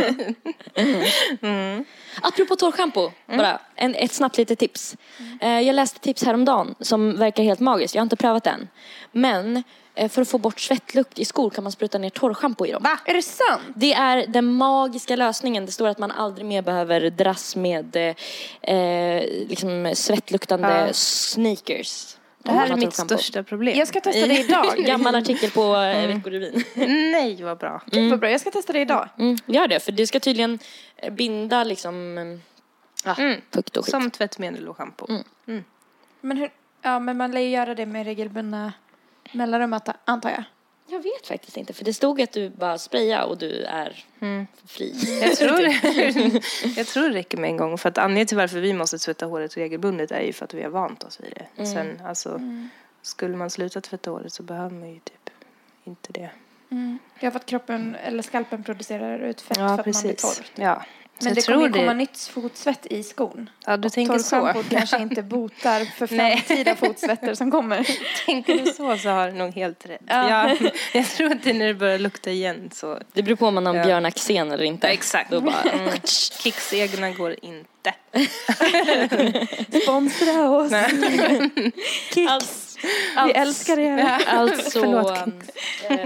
mm. Apropå torrschampo, mm. bara en, ett snabbt litet tips. Mm. Jag läste tips häromdagen som verkar helt magiskt. Jag har inte prövat den. Men för att få bort svettlukt i skor kan man spruta ner torrschampo i dem. Va? Är det sant? Det är den magiska lösningen. Det står att man aldrig mer behöver dras med eh, liksom svettluktande ja. sneakers. Det här är mitt största problem. Jag ska testa det idag. Gammal artikel på mm. Veckorevyn. Nej, vad bra. Mm. Vad bra. Jag ska testa det idag. Mm. Gör det, för det ska tydligen binda liksom ja, mm. fukt och skit. Som tvättmedel och shampoo. Mm. Mm. Men hur, ja, men man lär ju göra det med regelbundna mellanrum, antar jag. Jag vet faktiskt inte, för det stod att du bara sprayar och du är mm. fri. Jag tror, jag tror det räcker med en gång. För att anledningen till varför vi måste tvätta håret regelbundet är ju för att vi har vant oss vid det. Mm. Sen, alltså, mm. skulle man sluta tvätta håret så behöver man ju typ inte det. Mm. Det har fått kroppen, eller skalpen producerar ut fett ja, för att precis. man blir torr. Ja. Men jag det kommer ju komma det... nytt fotsvett i skon. Ja, du tänker så. kanske inte botar för framtida fotsvetter som kommer. Tänker du så så har du nog helt rätt. Ja. Ja, jag tror att det när det börjar lukta igen så... Det beror på om man har ja. Björn Axén eller inte. Ja, exakt. Då bara, mm. Kicks egna går inte. Sponsra oss. Kicks. Allt, Vi allt, älskar er. Alltså... Förlåt, Kicks. Äh,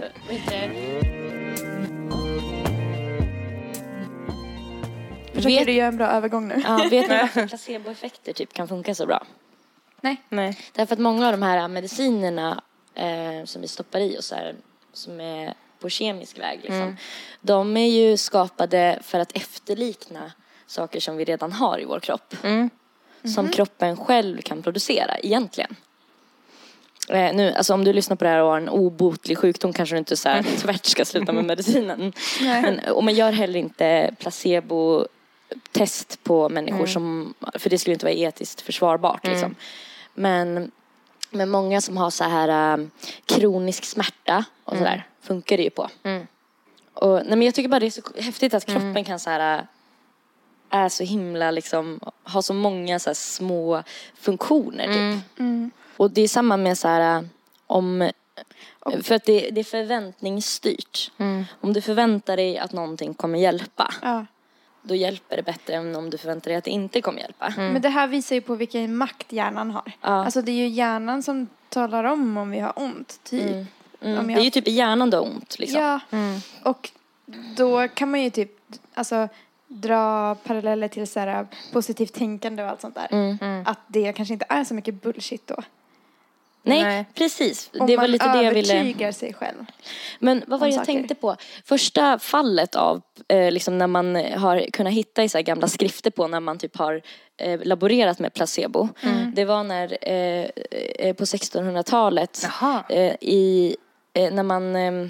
Försöker vet, du göra en bra övergång nu? Ja, vet ni varför placeboeffekter typ kan funka så bra? Nej. Nej. Därför att många av de här medicinerna eh, som vi stoppar i oss här, som är på kemisk väg liksom, mm. de är ju skapade för att efterlikna saker som vi redan har i vår kropp. Mm. Som mm. kroppen själv kan producera egentligen. Eh, nu, alltså om du lyssnar på det här och har en obotlig sjukdom kanske du inte så här tvärt ska sluta med medicinen. Men, och man gör heller inte placebo test på människor mm. som, för det skulle inte vara etiskt försvarbart liksom. Mm. men men många som har så här äh, kronisk smärta och mm. sådär funkar det ju på mm. och nej, men jag tycker bara det är så häftigt att kroppen mm. kan så här äh, är så himla liksom, ha så många så här små funktioner typ. Mm. Mm. Och det är samma med så här äh, om för att det, det är förväntningsstyrt. Mm. Om du förväntar dig att någonting kommer hjälpa ja. Då hjälper det bättre än om du förväntar dig att det inte kommer hjälpa. Mm. Men det här visar ju på vilken makt hjärnan har. Ja. Alltså det är ju hjärnan som talar om om vi har ont. Typ. Mm. Mm. Om jag... Det är ju typ i hjärnan du har ont. Liksom. Ja, mm. och då kan man ju typ alltså, dra paralleller till så här, positivt tänkande och allt sånt där. Mm. Mm. Att det kanske inte är så mycket bullshit då. Nej, Nej, precis. Om det var lite det jag ville... övertygar sig själv. Men vad var det jag saker. tänkte på? Första fallet av, eh, liksom när man har kunnat hitta i så här gamla skrifter på när man typ har eh, laborerat med placebo. Mm. Det var när eh, på sextonhundratalet eh, i, eh, när man eh,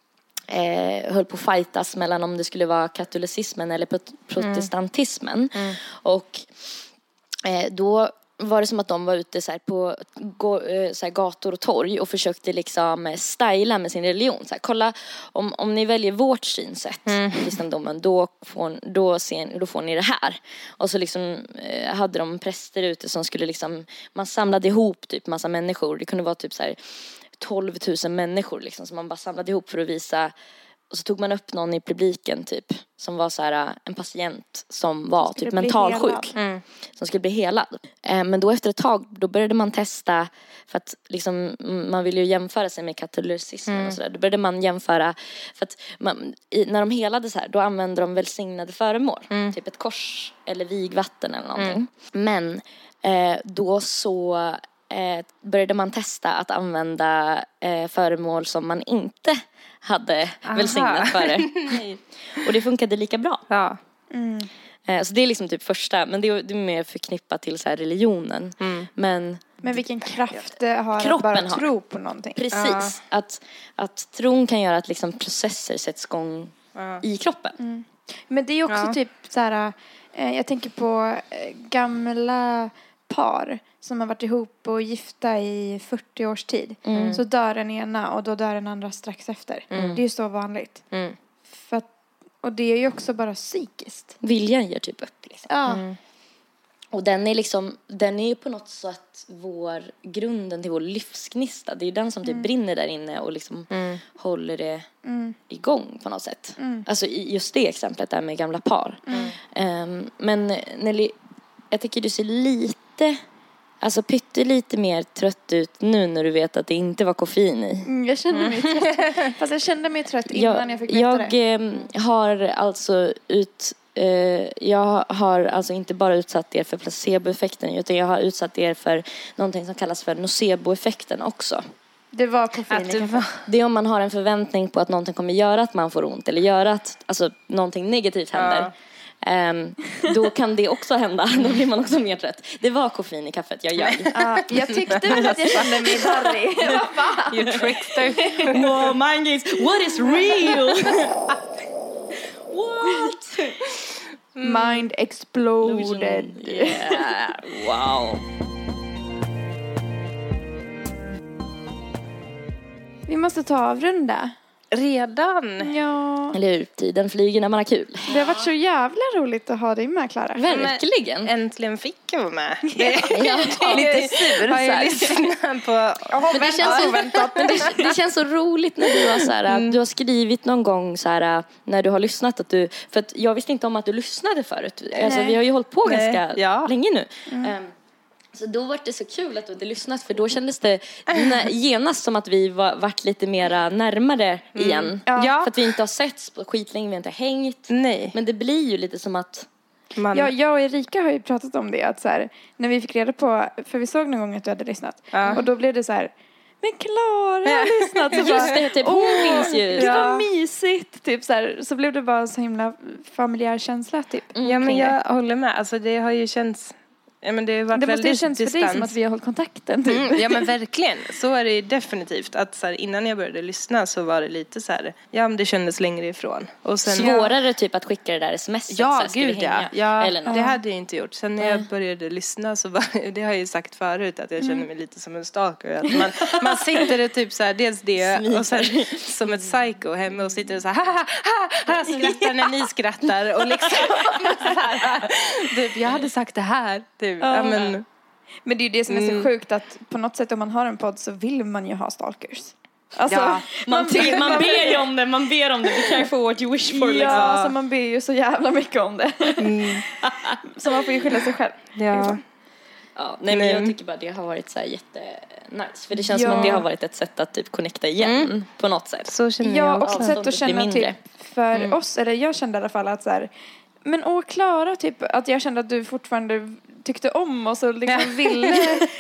eh, höll på att fightas mellan om det skulle vara katolicismen eller protestantismen. Mm. Mm. Och eh, då var det som att de var ute så här på så här gator och torg och försökte liksom styla med sin religion. Så här, kolla, om, om ni väljer vårt synsätt mm. kristendomen, då får, då, ser, då får ni det här. Och så liksom eh, hade de präster ute som skulle liksom, man samlade ihop typ massa människor. Det kunde vara typ så här tolv tusen människor liksom, som man bara samlade ihop för att visa. och så tog man upp någon i publiken typ som var så här en patient som var typ bli mentalsjuk. Mm. Som skulle bli helad. Eh, men då efter ett tag då började man testa för att liksom man vill ju jämföra sig med katolicismen Mm. och sådär. Då började man jämföra för att man, i, när de helade så här då använde de välsignade föremål. Mm. Typ ett kors eller vigvatten eller någonting. Men eh, då så eh, började man testa att använda eh, föremål som man inte hade Aha. välsignat för det. Och det funkade lika bra. Ja. Mm. Eh, så det är liksom typ första, men det är, det är mer förknippat till så här religionen. Mm. Men Men vilken kraft det har att Kroppen bara har. tro på någonting. precis, att, att tron kan göra att liksom processer sätts igång Ja. i kroppen. Men det är också Ja. typ så här, eh, jag tänker på eh, gamla par som har varit ihop och gifta i fyrtio års tid. Mm. Så dör den ena och då dör den andra strax efter. Mm. Det är ju så vanligt. Mm. För att, och det är ju också bara psykiskt. Viljan ger typ upp liksom. Ja. Mm. Och den är liksom, den är ju på något sätt vår, grunden till vår livsgnista. Det är ju den som typ brinner där inne och liksom Mm. håller det Mm. igång på något sätt. Mm. Alltså i just det exemplet där med gamla par. Mm. Ehm, men Nelly, jag tycker du ser lite, alltså pytte lite mer trött ut nu när du vet att det inte var koffein i. Mm, jag känner mig trött. Fast jag kände mig trött innan jag, fick veta jag det. ehm, har alltså ut eh, jag har alltså inte bara utsatt er för placeboeffekten utan jag har utsatt er för någonting som kallas för noceboeffekten också. Det var koffein Att i det kaffet. var... Det är om man har en förväntning på att någonting kommer göra att man får ont eller göra att alltså, någonting negativt händer. Ehm, då kan det också hända. Då blir man också mer trött. Det var koffein i kaffet, jag ljög. Ja, jag tyckte väl att jag kände mig darrig. Vad fan? You trickster. Wow, mind games. What is real? What? Mind exploded. Yeah, wow. Vi måste ta avrunda. Redan? Ja. Eller hur? Tiden flyger när man har kul. Det har varit så jävla roligt att ha dig med, Klara. Verkligen. Äntligen fick jag vara med. Det Ja. lite sur har jag lyssnat på. Men det känns, så, men det, det känns så roligt när du har, så här, Mm. du har skrivit någon gång så här, när du har lyssnat att du, för att jag visste inte om att du lyssnade förut. Alltså, Nej. vi har ju hållit på Nej. ganska Ja. länge nu. Ehm, så då var det så kul att du hade lyssnat för då kändes det nä- genast som att vi var, vart lite mera närmare igen. Ja. För att vi inte har setts på skitlänge, vi har inte hängt. Nej. Men det blir ju lite som att Man... Ja, jag och Erika har ju pratat om det. Att så här, när vi fick reda på, för vi såg någon gång att du hade lyssnat. Ja. Och då blev det så här, men Klara har lyssnat. Så just det, typ, hon finns ju. Gud Ja. vad mysigt. Typ så här, så blev det bara så himla familjär känsla typ. Ja, men kring det. jag håller med. Alltså det har ju känts... Ja, men det har varit Det måste ju väldigt känns för dig distans. som att vi har hållit kontakten. Typ. Mm, ja men verkligen, så är det ju definitivt att så här, innan jag började lyssna så var det lite så här, ja men det kändes längre ifrån och sen, svårare typ att skicka det där smset. ja så här, ska vi gud ja, hänga? ja Eller något. det hade jag inte gjort. Sen när jag Nej. började lyssna så var det har jag ju sagt förut att jag känner mig lite som en stalker, att man, man sitter och typ så här, dels det och sen som ett psycho hemma och sitter och så här ha, ha, ha, ha, skrattar när ni skrattar och liksom så här, typ, jag hade sagt det här typ, ja men Men det är ju det som är så Mm. sjukt att på något sätt om man har en podd så vill man ju ha stalkers. Alltså, Ja, Man, vill- man ber ju om det, man ber om det. Be careful what you wish for. Ja, Liksom. alltså man ber ju så jävla mycket om det. mm, Så man får ju skylla sig själv. ja. Ja, nej men Nej. jag tycker bara det har varit så här jättenice. För det känns Ja. som att det har varit ett sätt att typ connecta igen på något sätt. Så känner Ja, jag och också. ett sätt att Avståndet känna blir mindre. typ för oss, eller jag kände i alla fall att så här, men åh Klara, typ att jag kände att du fortfarande tyckte om oss och liksom ville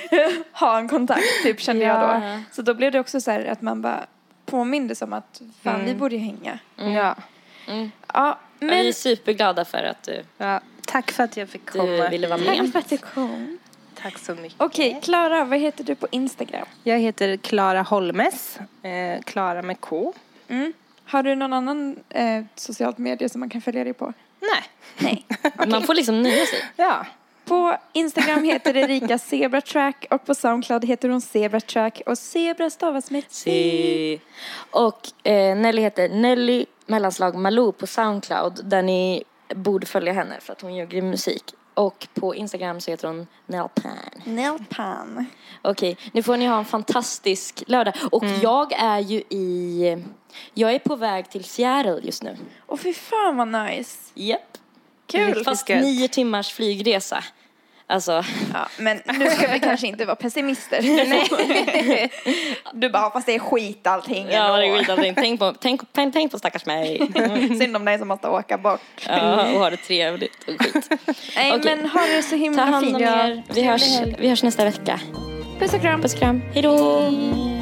ha en kontakt, typ kände jag Ja. då. Så då blev det också så här att man bara påminde om att fan, Mm. vi borde ju hänga. Ja. Mm. Ja, Men... Vi men är superglada för att du, Ja, tack för att jag fick du komma. ville vara tack med. för att du kom. Tack så mycket. Okej, Klara, vad heter du på Instagram? Jag heter Klara Holmes. Eh, Klara med K. Mm. Har du någon annan eh, socialt medie som man kan följa dig på? Nej. Nej. Man får liksom nöja sig. Ja. På Instagram heter Erika Zebratrack och på Soundcloud heter hon Zebratrack och Zebra stavas med C. Se. Och eh, Nelly heter Nelly mellanslag Malou på Soundcloud där ni borde följa henne för att hon gör grym musik. Och på Instagram så heter hon Nelpan. Nelpan. Okej, nu får ni ha en fantastisk lördag. Och mm. jag är ju i... Jag är på väg till Seattle just nu. Och fy fan vad nice. Japp. Kul. Fast nio timmars flygresa. Alltså. Ja, men nu ska vi kanske inte vara pessimister. Nej. Du bara, fast det är skit allting. Ja, det är skit allting. Tänk på, tänk, tänk, tänk på stackars mig. Mm. Synd om dig som måste åka bort. Ja, och ha det trevligt och skit. Nej, okay. Men ha det så himla fint. Ta hand om er. Vi hörs, vi hörs nästa vecka. Puss och kram. Puss och kram. Hej då.